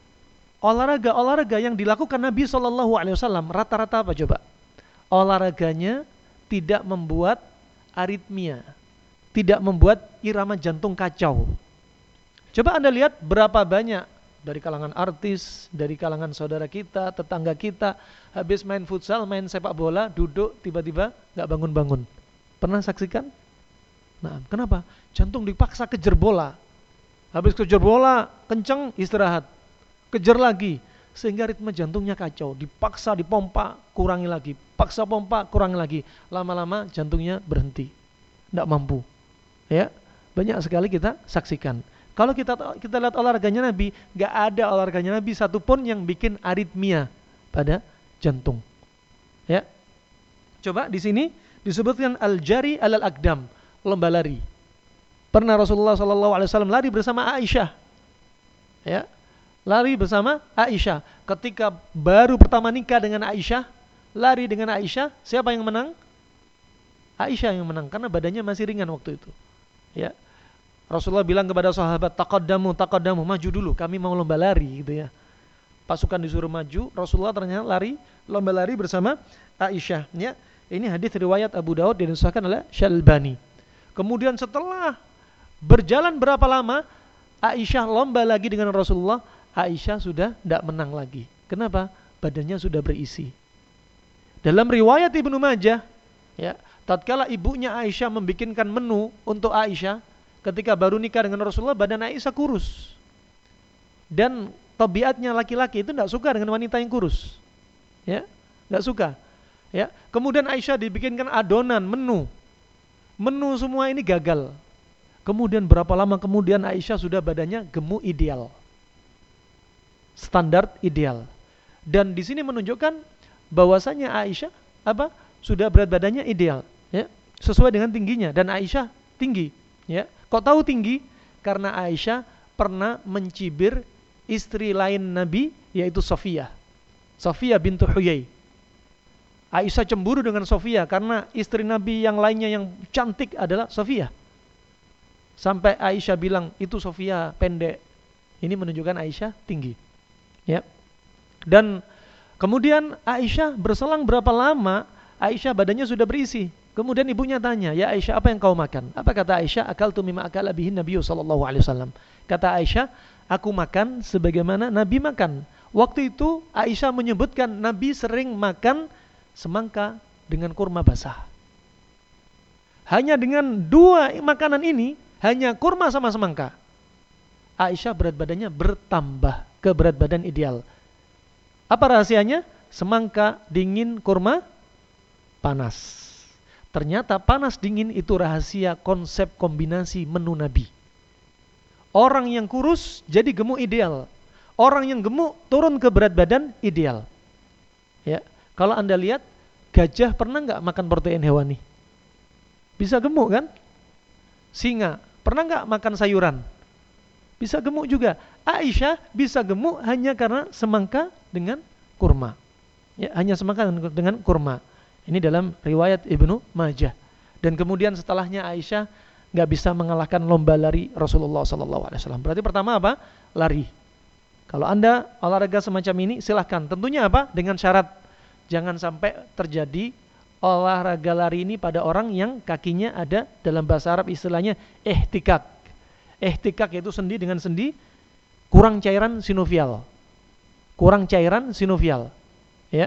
olahraga yang dilakukan Nabi Shallallahu Alaihi Wasallam, rata-rata apa coba? Olahraganya tidak membuat aritmia, tidak membuat irama jantung kacau. Coba Anda lihat berapa banyak dari kalangan artis, dari kalangan saudara kita, tetangga kita, habis main futsal, main sepak bola, duduk tiba-tiba nggak bangun-bangun. Pernah saksikan? Nah, kenapa? Jantung dipaksa kejar bola. Habis kejar bola, kenceng, istirahat. Kejar lagi, sehingga ritme jantungnya kacau. Dipaksa, dipompa, kurangi lagi. Paksa pompa, kurangi lagi. Lama-lama jantungnya berhenti. Nggak mampu. Ya, banyak sekali kita saksikan. Kalau kita lihat olahraganya Nabi, nggak ada olahraganya Nabi satupun yang bikin aritmia pada jantung. Ya, coba di sini disebutkan al-jari alal aqdam, lomba lari. Pernah Rasulullah SAW lari bersama Aisyah. Ya, lari bersama Aisyah. Ketika baru pertama nikah dengan Aisyah, lari dengan Aisyah, siapa yang menang? Aisyah yang menang, karena badannya masih ringan waktu itu. Ya, Rasulullah bilang kepada sahabat, taqaddamu, maju dulu, kami mau lomba lari, gitu ya. Pasukan disuruh maju, Rasulullah ternyata lomba lari bersama Aisyah. Ya, ini hadis riwayat Abu Daud dan disahkan oleh Syalbani. Kemudian setelah berjalan berapa lama, Aisyah lomba lagi dengan Rasulullah, Aisyah sudah tidak menang lagi. Kenapa? Badannya sudah berisi. Dalam riwayat Ibnu Majah, ya, tatkala ibunya Aisyah membikinkan menu untuk Aisyah, ketika baru nikah dengan Rasulullah, badan Aisyah kurus. Dan tabiatnya laki-laki itu tidak suka dengan wanita yang kurus. Ya, tidak suka. Ya, kemudian Aisyah dibikinkan adonan menu semua ini gagal. Kemudian berapa lama kemudian Aisyah sudah badannya gemuk ideal, standar ideal. Dan di sini menunjukkan bahwasanya Aisyah sudah berat badannya ideal, ya, sesuai dengan tingginya. Dan Aisyah tinggi, ya. Kok tahu tinggi? Karena Aisyah pernah mencibir istri lain Nabi, yaitu Sofiyah bintu Huyai. Aisyah cemburu dengan Sofiyah karena istri Nabi yang lainnya yang cantik adalah Sofiyah. Sampai Aisyah bilang, itu Sofiyah pendek. Ini menunjukkan Aisyah tinggi. Ya. Dan kemudian Aisyah berselang berapa lama, Aisyah badannya sudah berisi. Kemudian ibunya tanya, "Ya Aisyah, apa yang kau makan?" Apa kata Aisyah? "Akaltu mimma akala bihi Nabi sallallahu alaihi wasallam." Kata Aisyah, "Aku makan sebagaimana Nabi makan." Waktu itu Aisyah menyebutkan Nabi sering makan semangka dengan kurma basah. Hanya dengan dua makanan ini, hanya kurma sama semangka, Aisyah berat badannya bertambah ke berat badan ideal. Apa rahasianya? Semangka dingin, kurma panas. Ternyata panas dingin itu rahasia konsep kombinasi menu Nabi. Orang yang kurus jadi gemuk ideal. Orang yang gemuk turun ke berat badan ideal. Ya, kalau Anda lihat, gajah pernah nggak makan protein hewani? Bisa gemuk kan? Singa pernah nggak makan sayuran? Bisa gemuk juga. Aisyah bisa gemuk hanya karena semangka dengan kurma. Ya, hanya semangka dengan kurma. Ini dalam riwayat Ibnu Majah. Dan kemudian setelahnya Aisyah nggak bisa mengalahkan lomba lari Rasulullah SAW. Berarti pertama apa? Lari. Kalau Anda olahraga semacam ini, silahkan. Tentunya apa? Dengan syarat jangan sampai terjadi olahraga lari ini pada orang yang kakinya ada, dalam bahasa Arab istilahnya ihtikak. Ihtikak yaitu sendi dengan sendi, kurang cairan sinovial. Ya.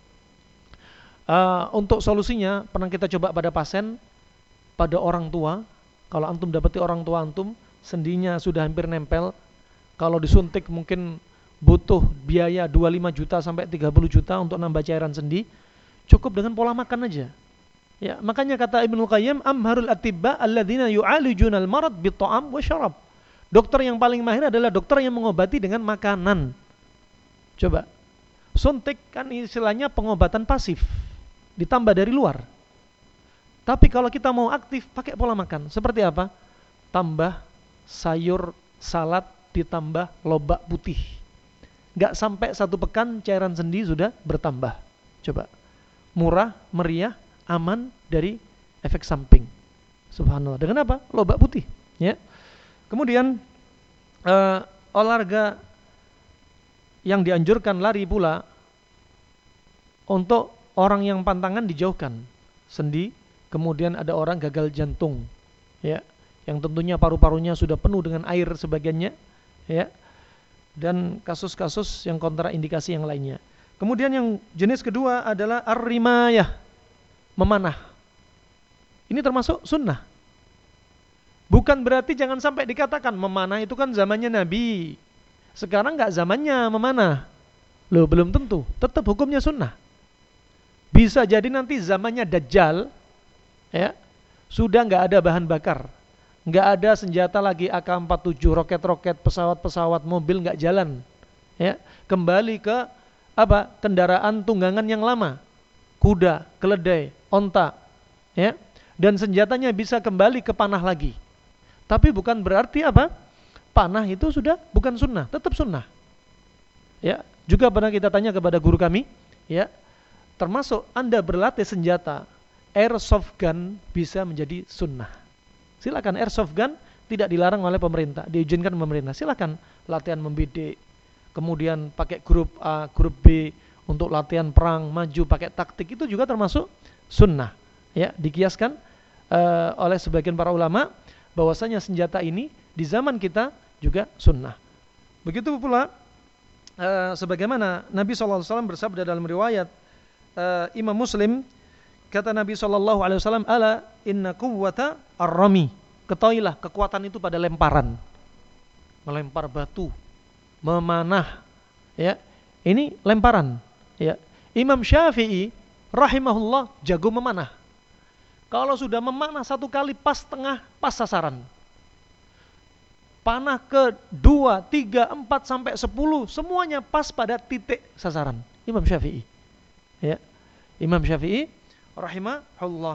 Untuk solusinya pernah kita coba pada pasien, pada orang tua. Kalau antum dapati orang tua antum sendinya sudah hampir nempel, kalau disuntik mungkin butuh biaya 25 juta sampai 30 juta untuk nambah cairan sendi. Cukup dengan pola makan aja. Ya, makanya kata Ibnu Qayyim, amharul atibba alladzina yu'alijuna al-marad bit-ta'am wa syarab. Dokter yang paling mahir adalah dokter yang mengobati dengan makanan. Coba. Suntik kan istilahnya pengobatan pasif, ditambah dari luar. Tapi kalau kita mau aktif, pakai pola makan. Seperti apa? Tambah sayur, salad, ditambah lobak putih. Gak sampai 1 pekan cairan sendi sudah bertambah. Coba. Murah, meriah, aman dari efek samping. Subhanallah. Dengan apa? Lobak putih. Ya. Kemudian olahraga yang dianjurkan lari pula untuk orang yang pantangan dijauhkan. Sendi, kemudian ada orang gagal jantung, ya, yang tentunya paru-parunya sudah penuh dengan air sebagiannya, ya, dan kasus-kasus yang kontraindikasi yang lainnya. Kemudian yang jenis kedua adalah ar-rimayah, memanah. Ini termasuk sunnah. Bukan berarti jangan sampai dikatakan memanah itu kan zamannya Nabi. Sekarang nggak zamannya memanah. Loh, belum tentu. Tetap hukumnya sunnah. Bisa jadi nanti zamannya Dajjal, ya, sudah nggak ada bahan bakar, nggak ada senjata lagi AK-47, roket-roket, pesawat-pesawat, mobil nggak jalan, ya, kembali ke apa? Kendaraan tunggangan yang lama, kuda, keledai, onta, ya, dan senjatanya bisa kembali ke panah lagi. Tapi bukan berarti apa? Panah itu sudah bukan sunnah, tetap sunnah. Ya, juga pernah kita tanya kepada guru kami, ya, termasuk Anda berlatih senjata, airsoft gun bisa menjadi sunnah. Silakan, airsoft gun tidak dilarang oleh pemerintah, diizinkan pemerintah. Silakan latihan membidik, kemudian pakai grup A, grup B untuk latihan perang, maju pakai taktik, itu juga termasuk sunnah. Ya, dikiaskan oleh sebagian para ulama bahwasanya senjata ini di zaman kita juga sunnah. Begitu pula sebagaimana Nabi SAW bersabda dalam riwayat Imam Muslim, kata Nabi SAW, ala inna quwwata ar-rami. Ketahuilah kekuatan itu pada lemparan, melempar batu, memanah, ya, ini lemparan, ya. Imam Syafi'i rahimahullah jago memanah. Kalau sudah memanah 1 kali pas tengah, pas sasaran. Panah ke 2, 3, 4 sampai 10, semuanya pas pada titik sasaran. Imam Syafi'i, ya, Imam Syafi'i rahimahullah.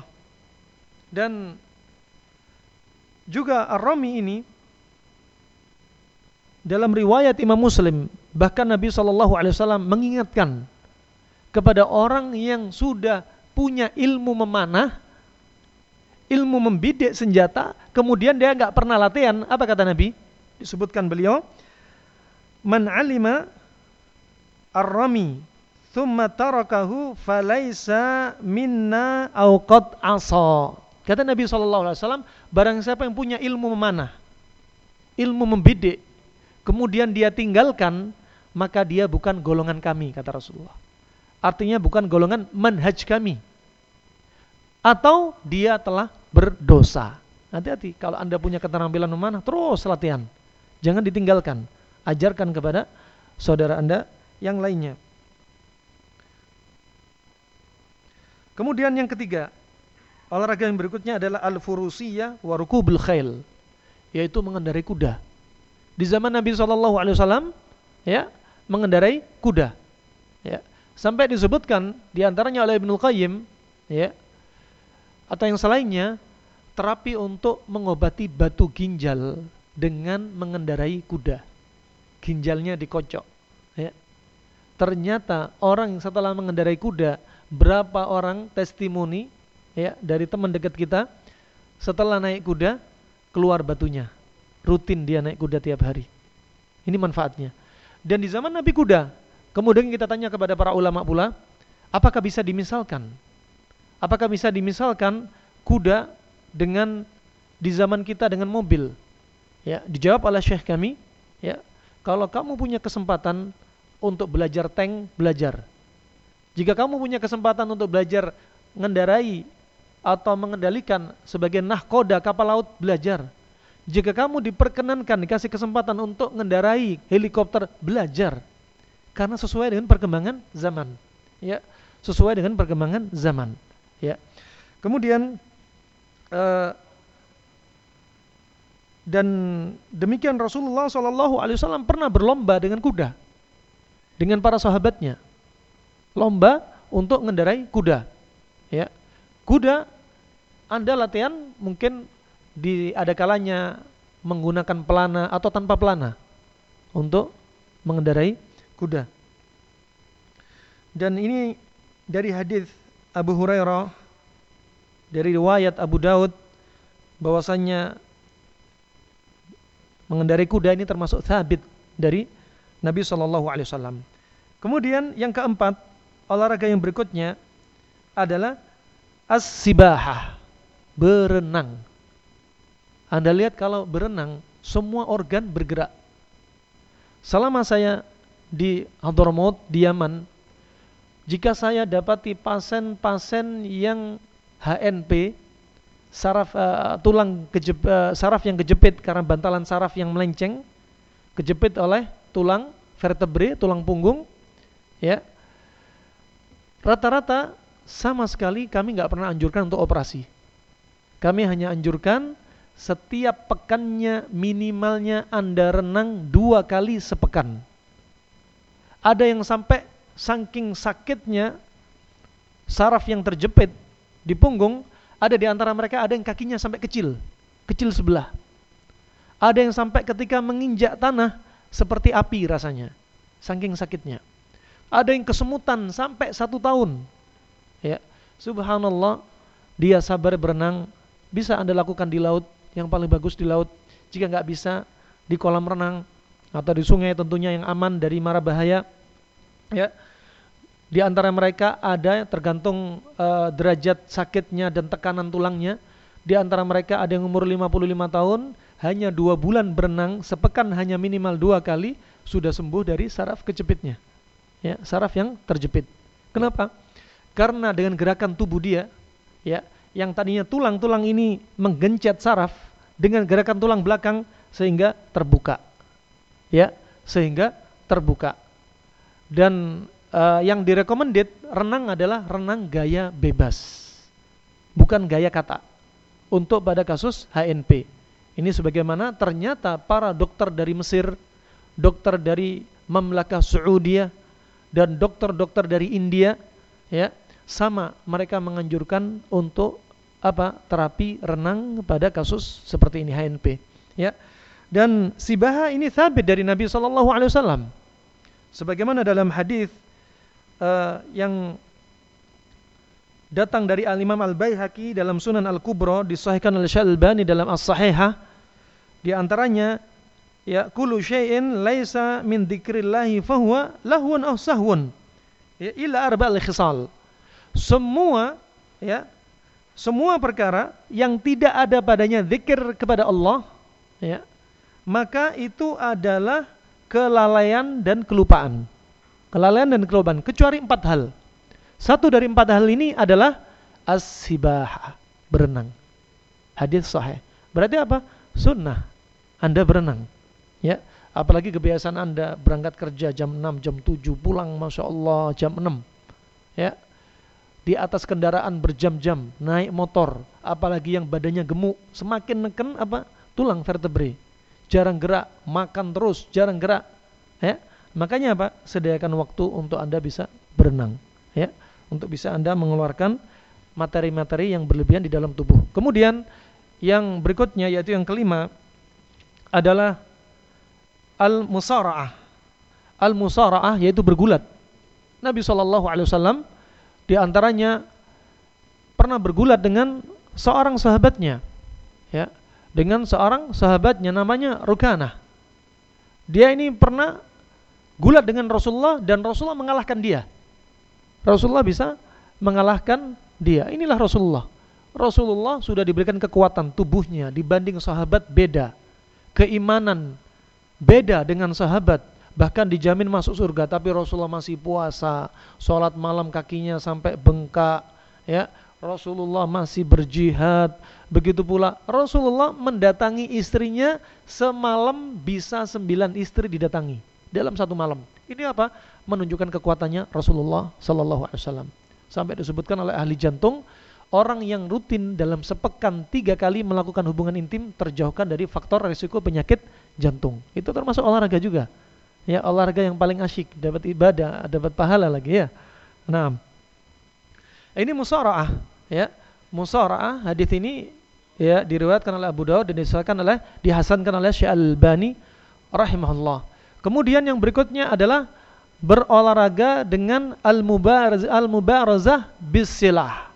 Dan juga Ar-Rami ini dalam riwayat Imam Muslim, bahkan Nabi SAW mengingatkan kepada orang yang sudah punya ilmu memanah, ilmu membidik senjata, kemudian dia nggak pernah latihan. Apa kata Nabi? Disebutkan beliau, man alima ar-rami thumma tarakahu falaysa minna aw qad asa. Kata Nabi SAW, barang siapa yang punya ilmu memanah, ilmu membidik, kemudian dia tinggalkan, maka dia bukan golongan kami, kata Rasulullah. Artinya bukan golongan manhaj kami. Atau dia telah berdosa. Hati-hati, kalau Anda punya keterampilan memanah, terus latihan. Jangan ditinggalkan. Ajarkan kepada saudara Anda yang lainnya. Kemudian yang ketiga, olahraga yang berikutnya adalah al-furusiyah wa rukubul khail, yaitu mengendarai kuda. Di zaman Nabi SAW, ya, mengendarai kuda, ya, sampai disebutkan diantaranya oleh Ibnul Qayyim, ya, atau yang selainnya, terapi untuk mengobati batu ginjal dengan mengendarai kuda. Ginjalnya dikocok, ya. Ternyata orang setelah mengendarai kuda, berapa orang testimoni, ya, dari teman dekat kita, setelah naik kuda keluar batunya. Rutin dia naik kuda tiap hari. Ini manfaatnya. Dan di zaman Nabi kuda, kemudian kita tanya kepada para ulama pula, apakah bisa dimisalkan? Apakah bisa dimisalkan kuda dengan di zaman kita dengan mobil? Ya, dijawab oleh Syekh kami, ya, kalau kamu punya kesempatan untuk belajar tank, belajar. Jika kamu punya kesempatan untuk belajar mengendarai atau mengendalikan sebagai nahkoda kapal laut, belajar. Jika kamu diperkenankan, dikasih kesempatan untuk mengendarai helikopter, belajar. Karena sesuai dengan perkembangan zaman, ya, sesuai dengan perkembangan zaman, ya. Kemudian dan demikian Rasulullah SAW pernah berlomba dengan kuda dengan para sahabatnya, lomba untuk mengendarai kuda, ya. Kuda Anda latihan mungkin ada kalanya menggunakan pelana atau tanpa pelana untuk mengendarai kuda. Dan ini dari hadis Abu Hurairah, dari riwayat Abu Daud, bahwasannya mengendarai kuda ini termasuk sabit dari Nabi SAW. Kemudian yang keempat, olahraga yang berikutnya adalah as-sibahah, berenang. Anda lihat kalau berenang, semua organ bergerak. Selama saya di Hadramaut, di Yaman, jika saya dapati pasien-pasien yang HNP, saraf saraf yang kejepit karena bantalan saraf yang melenceng, kejepit oleh tulang vertebre, tulang punggung, ya, rata-rata sama sekali kami nggak pernah anjurkan untuk operasi. Kami hanya anjurkan setiap pekannya minimalnya Anda renang 2 kali sepekan. Ada yang sampai saking sakitnya saraf yang terjepit di punggung, ada di antara mereka ada yang kakinya sampai kecil sebelah. Ada yang sampai ketika menginjak tanah seperti api rasanya, saking sakitnya. Ada yang kesemutan sampai 1 tahun. Ya, subhanallah, dia sabar berenang. Bisa Anda lakukan di laut, yang paling bagus di laut. Jika nggak bisa, di kolam renang atau di sungai tentunya yang aman dari mara bahaya. Ya, di antara mereka ada tergantung derajat sakitnya dan tekanan tulangnya. Di antara mereka ada yang umur 55 tahun, hanya 2 bulan berenang, sepekan hanya minimal 2 kali, sudah sembuh dari saraf kejepitnya. Ya, saraf yang terjepit. Kenapa? Karena dengan gerakan tubuh dia, ya, yang tadinya tulang-tulang ini menggencet saraf, dengan gerakan tulang belakang sehingga terbuka. Ya, sehingga terbuka. Dan yang direkomended renang adalah renang gaya bebas, bukan gaya kata, untuk pada kasus HNP. Ini sebagaimana ternyata para dokter dari Mesir, dokter dari Mamlakah Saudiyah, dan dokter-dokter dari India, ya, sama mereka menganjurkan untuk terapi renang pada kasus seperti ini, HNP, ya. Dan sibaha ini sabit dari Nabi sallallahu alaihi wasallam. Sebagaimana dalam hadis yang datang dari Al-Imam Al-Baihaqi dalam Sunan Al-Kubra, disahihkan oleh Syalbani dalam As-Sahihah, di antaranya ya kullu syai'in laisa min dzikrillahi fahuwa lahwun aw sahwun ya illa arba'al khisal. Semua perkara yang tidak ada padanya zikir kepada Allah, ya, maka itu adalah kelalaian dan kelupaan. Kelalaian dan kelupaan, kecuali 4 hal. Satu dari 4 hal ini adalah as-sibahah, berenang. Hadis sahih. Berarti apa? Sunnah. Anda berenang. Ya, apalagi kebiasaan Anda berangkat kerja jam 6, jam 7, pulang Masya Allah jam 6. Ya. Di atas kendaraan berjam-jam, naik motor, apalagi yang badannya gemuk, semakin neken tulang vertebrae. Jarang gerak, makan terus, jarang gerak. Ya. Makanya sediakan waktu untuk Anda bisa berenang, ya, untuk bisa Anda mengeluarkan materi-materi yang berlebihan di dalam tubuh. Kemudian yang berikutnya, yaitu yang kelima, adalah al-musara'ah. Al-musara'ah yaitu bergulat. Nabi SAW di antaranya pernah bergulat dengan seorang sahabatnya, ya, dengan seorang sahabatnya namanya Rukanah. Dia ini pernah gulat dengan Rasulullah dan Rasulullah mengalahkan dia. Rasulullah bisa mengalahkan dia. Inilah Rasulullah. Rasulullah sudah diberikan kekuatan tubuhnya dibanding sahabat beda. Keimanan beda dengan sahabat. Bahkan dijamin masuk surga, tapi Rasulullah masih puasa, sholat malam kakinya sampai bengkak, ya. Rasulullah masih berjihad. Begitu pula Rasulullah mendatangi istrinya semalam bisa 9 istri didatangi dalam satu malam. Ini menunjukkan kekuatannya Rasulullah sallallahu alaihi wasallam. Sampai disebutkan oleh ahli jantung, orang yang rutin dalam sepekan 3 kali melakukan hubungan intim terjauhkan dari faktor risiko penyakit jantung. Itu termasuk olahraga juga. Ya, olahraga yang paling asyik, dapat ibadah, dapat pahala lagi, ya. Nah, ini musara'ah, ya. Musara'ah, hadis ini ya diriwayatkan oleh Abu Daud dan dihasankan oleh Syekh Al-Albani rahimahullah. Kemudian yang berikutnya adalah berolahraga dengan al-mubarazah bis-silah.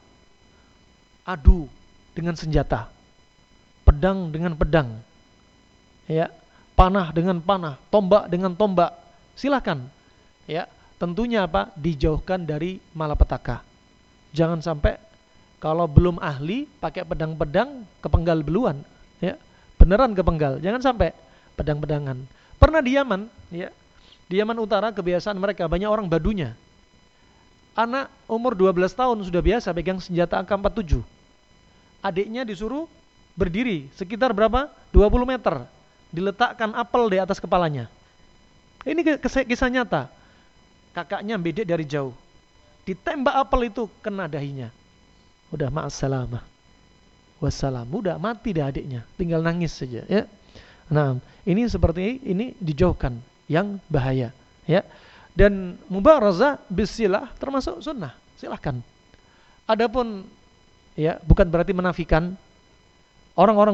Adu dengan senjata. Pedang dengan pedang. Ya, panah dengan panah, tombak dengan tombak. Silakan. Ya, tentunya dijauhkan dari malapetaka. Jangan sampai kalau belum ahli pakai pedang-pedang kepenggal duluan, ya. Beneran kepenggal. Jangan sampai pedang-pedangan. Pernah di Yaman, ya. Di Yaman Utara kebiasaan mereka banyak orang badunya. Anak umur 12 tahun sudah biasa pegang senjata AK-47. Adiknya disuruh berdiri sekitar berapa? 20 meter. Diletakkan apel di atas kepalanya. Ini kisah nyata. Kakaknya bedek dari jauh. Ditembak apel itu kena dahinya. Udah ma'assalamah. Wassalam. Udah mati dah adiknya. Tinggal nangis saja, ya. Nah, ini seperti ini dijauhkan yang bahaya, ya. Dan mubarazah bisilah termasuk sunnah. Silakan. Adapun ya bukan berarti menafikan orang-orang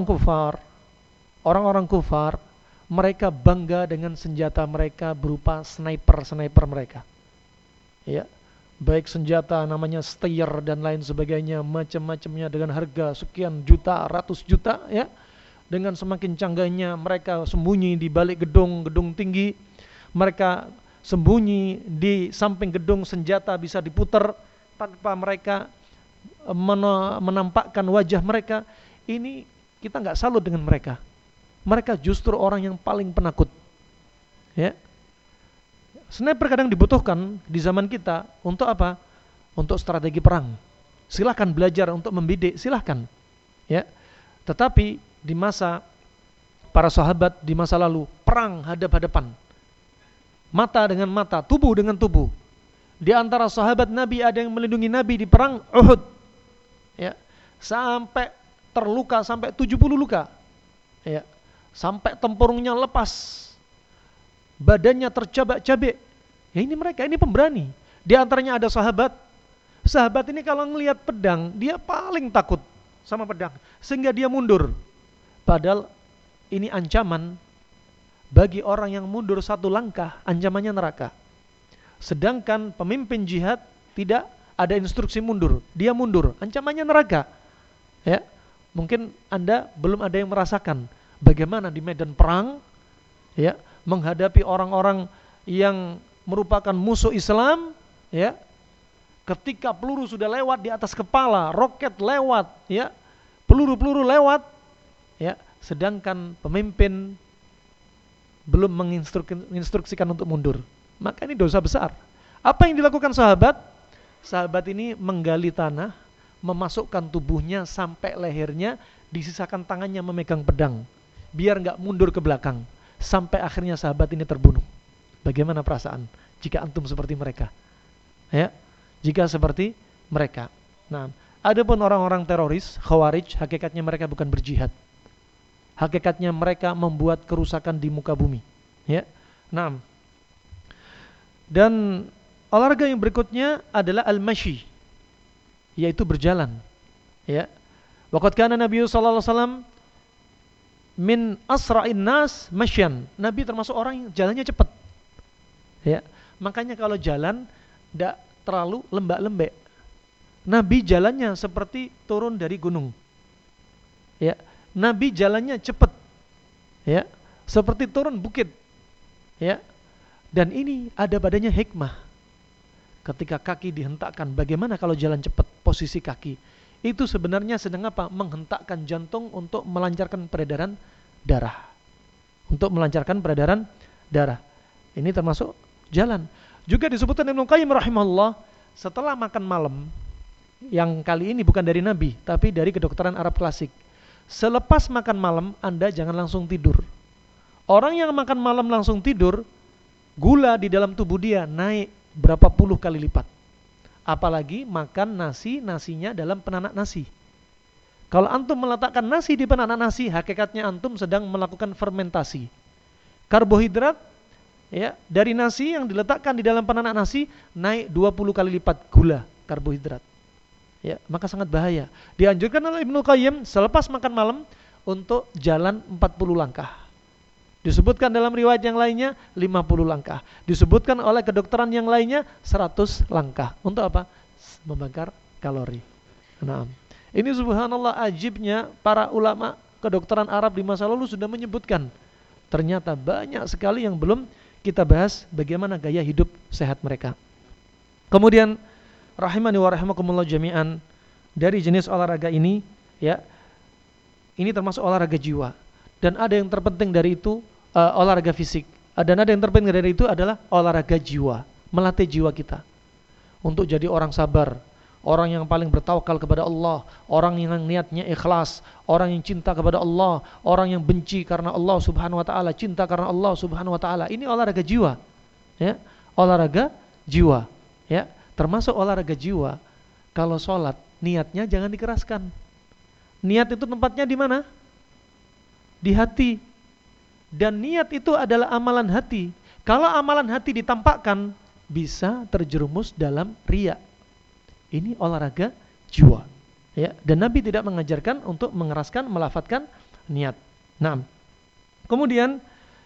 kufar mereka bangga dengan senjata mereka berupa sniper mereka, ya, baik senjata namanya Steyr dan lain sebagainya, macam-macamnya dengan harga sekian juta, ratus juta, ya. Dengan semakin canggihnya mereka sembunyi di balik gedung tinggi, mereka sembunyi di samping gedung, senjata bisa diputar tanpa mereka menampakkan wajah mereka. Ini kita nggak salut dengan mereka. Mereka justru orang yang paling penakut, ya. Sniper kadang dibutuhkan di zaman kita untuk apa? Untuk strategi perang. Silahkan belajar untuk membidik, silahkan, ya. Tetapi di masa para sahabat di masa lalu, perang hadap-hadapan, mata dengan mata, tubuh dengan tubuh. Di antara sahabat Nabi ada yang melindungi Nabi di perang Uhud, ya, sampai terluka sampai 70 luka, ya, sampai tempurungnya lepas, badannya tercabik-cabik. Ya, ini mereka, ini pemberani. Di antaranya ada sahabat ini kalau ngelihat pedang dia paling takut sama pedang, sehingga dia mundur. Padahal ini ancaman bagi orang yang mundur satu langkah ancamannya neraka. Sedangkan pemimpin jihad tidak ada instruksi mundur, dia mundur, ancamannya neraka. Ya, mungkin Anda belum ada yang merasakan bagaimana di medan perang, ya, menghadapi orang-orang yang merupakan musuh Islam, ya. Ketika peluru sudah lewat di atas kepala, roket lewat, ya, peluru-peluru lewat, ya, sedangkan pemimpin belum menginstruksikan untuk mundur. Maka ini dosa besar. Apa yang dilakukan sahabat? Sahabat ini menggali tanah, memasukkan tubuhnya sampai lehernya, disisakan tangannya memegang pedang, biar nggak mundur ke belakang, sampai akhirnya sahabat ini terbunuh. Bagaimana perasaan jika antum seperti mereka? Ya, jika seperti mereka. Nah, adapun orang-orang teroris, khawarij, hakikatnya mereka bukan berjihad. Hakikatnya mereka membuat kerusakan di muka bumi. Ya, nah. Dan olahraga yang berikutnya adalah al-mashi, yaitu berjalan. Ya, waqad kana Nabi sallallahu alaihi wasallam min asra'in nas masyan. Nabi termasuk orang yang jalannya cepat. Ya, makanya kalau jalan tidak terlalu lembek-lembek. Nabi jalannya seperti turun dari gunung. Ya, Nabi jalannya cepat. Ya, seperti turun bukit. Ya. Dan ini ada padanya hikmah. Ketika kaki dihentakkan, bagaimana kalau jalan cepat? Posisi kaki itu sebenarnya sedang apa? Menghentakkan jantung untuk melancarkan peredaran darah. Untuk melancarkan peredaran darah. Ini termasuk jalan. Juga disebutkan Ibnu Qayyim rahimahullah, setelah makan malam, yang kali ini bukan dari Nabi, tapi dari kedokteran Arab klasik. Selepas makan malam, Anda jangan langsung tidur. Orang yang makan malam langsung tidur, gula di dalam tubuh dia naik berapa puluh kali lipat. Apalagi makan nasi, nasinya dalam penanak nasi. Kalau antum meletakkan nasi di penanak nasi, hakikatnya antum sedang melakukan fermentasi. Karbohidrat, ya, dari nasi yang diletakkan di dalam penanak nasi naik 20 kali lipat gula karbohidrat. Ya, maka sangat bahaya. Dianjurkan oleh Ibnu Qayyim selepas makan malam untuk jalan 40 langkah. Disebutkan dalam riwayat yang lainnya 50 langkah. Disebutkan oleh kedokteran yang lainnya 100 langkah. Untuk apa? Membakar kalori. Nah, ini subhanallah ajibnya para ulama kedokteran Arab di masa lalu sudah menyebutkan. Ternyata banyak sekali yang belum kita bahas bagaimana gaya hidup sehat mereka. Kemudian rahimani wa rahimakumullah jami'an, dari jenis olahraga ini, ya, ini termasuk olahraga jiwa. Dan ada yang terpenting dari itu olahraga fisik. Dan ada yang terpenting dari itu adalah olahraga jiwa, melatih jiwa kita untuk jadi orang sabar, orang yang paling bertawakal kepada Allah, orang yang niatnya ikhlas, orang yang cinta kepada Allah, orang yang benci karena Allah Subhanahu wa taala, cinta karena Allah Subhanahu wa taala. Ini olahraga jiwa. Ya, olahraga jiwa, ya. Termasuk olahraga jiwa. Kalau sholat, niatnya jangan dikeraskan. Niat itu tempatnya di mana? Di hati. Dan niat itu adalah amalan hati. Kalau amalan hati ditampakkan, bisa terjerumus dalam riya. Ini olahraga jiwa. Ya, dan Nabi tidak mengajarkan untuk mengeraskan, melafadzkan niat. Nah, kemudian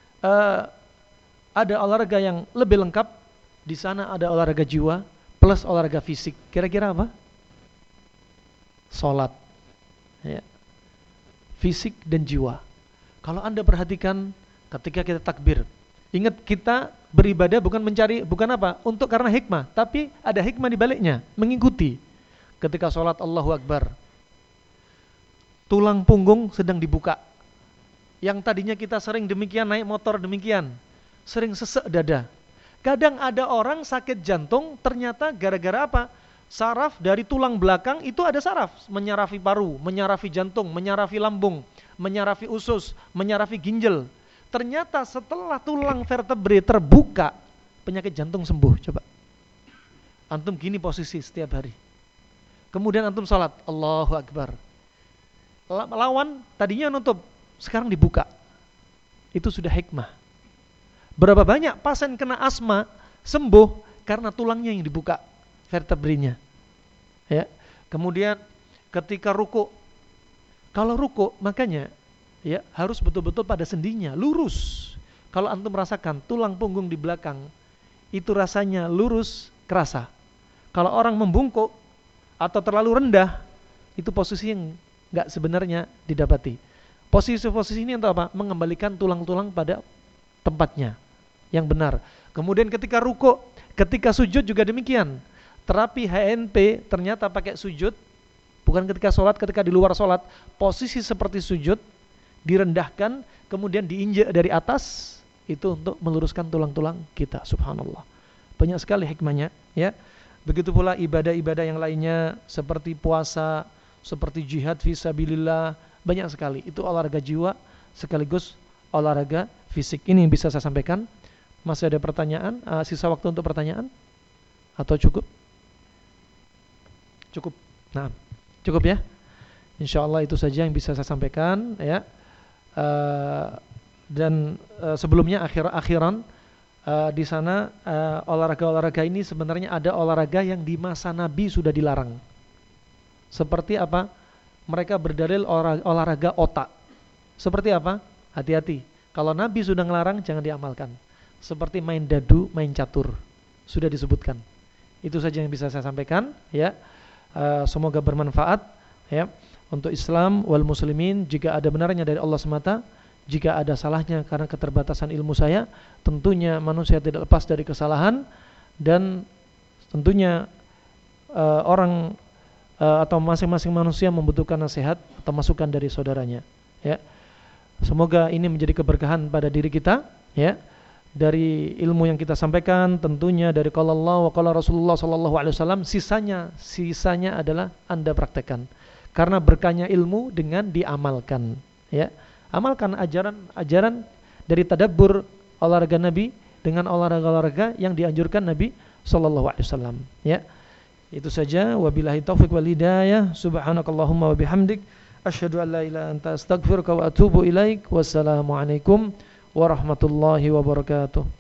ada olahraga yang lebih lengkap. Di sana ada olahraga jiwa plus olahraga fisik. Kira-kira apa? Salat. Ya. Fisik dan jiwa. Kalau Anda perhatikan ketika kita takbir, ingat kita beribadah bukan apa? Untuk karena hikmah, tapi ada hikmah di baliknya, mengikuti. Ketika sholat Allahu Akbar, tulang punggung sedang dibuka. Yang tadinya kita sering demikian naik motor demikian, sering sesek dada. Kadang ada orang sakit jantung ternyata gara-gara apa? Saraf dari tulang belakang itu ada saraf, menyarafi paru, menyarafi jantung, menyarafi lambung, menyarafi usus, menyarafi ginjal. Ternyata setelah tulang vertebrae terbuka, penyakit jantung sembuh. Coba antum gini posisi setiap hari, kemudian antum salat Allahu Akbar, lawan tadinya nutup, sekarang dibuka. Itu sudah hikmah. Berapa banyak pasien kena asma sembuh karena tulangnya yang dibuka, vertebrenya. Ya. Kemudian ketika ruku, kalau ruku makanya ya harus betul-betul pada sendinya, lurus. Kalau antum merasakan tulang punggung di belakang itu rasanya lurus, kerasa. Kalau orang membungkuk atau terlalu rendah, itu posisi yang nggak sebenarnya didapati. Posisi-posisi ini untuk apa? Mengembalikan tulang-tulang pada tempatnya yang benar. Kemudian ketika ruku, ketika sujud juga demikian. Terapi HNP ternyata pakai sujud, bukan ketika sholat, ketika di luar sholat, posisi seperti sujud, direndahkan, kemudian diinjak dari atas, itu untuk meluruskan tulang-tulang kita. Subhanallah. Banyak sekali hikmahnya, ya. Begitu pula ibadah-ibadah yang lainnya seperti puasa, seperti jihad fisabilillah, banyak sekali. Itu olahraga jiwa sekaligus olahraga fisik. Ini yang bisa saya sampaikan. Masih ada pertanyaan? Sisa waktu untuk pertanyaan? Atau cukup? Cukup. Nah, cukup ya. Insyaallah itu saja yang bisa saya sampaikan, ya. Dan sebelumnya akhiran di sana olahraga-olahraga ini sebenarnya ada olahraga yang di masa Nabi sudah dilarang. Seperti apa? Mereka berdalil olahraga otak. Seperti apa? Hati-hati. Kalau Nabi sudah ngelarang, jangan diamalkan. Seperti main dadu, main catur, sudah disebutkan. Itu saja yang bisa saya sampaikan, ya. Semoga bermanfaat, ya, untuk Islam wal muslimin. Jika ada benarnya dari Allah semata, jika ada salahnya karena keterbatasan ilmu saya, tentunya manusia tidak lepas dari kesalahan, dan tentunya orang atau masing-masing manusia membutuhkan nasihat atau masukan dari saudaranya, ya. Semoga ini menjadi keberkahan pada diri kita, ya. Dari ilmu yang kita sampaikan, tentunya dari qala Allah wa qala Rasulullah sallallahu alaihi wasallam, sisanya adalah Anda praktekkan. Karena berkahnya ilmu dengan diamalkan, ya. Amalkan ajaran dari tadabbur olahraga Nabi dengan olahraga-olahraga yang dianjurkan Nabi sallallahu alaihi wasallam, ya. Itu saja, wabillahi taufiq wal hidayah. Subhanakallahumma wa bihamdik, asyhadu an la ilaha illa anta astaghfiruka wa atubu ilaik. Wassalamualaikum warahmatullahi wabarakatuh.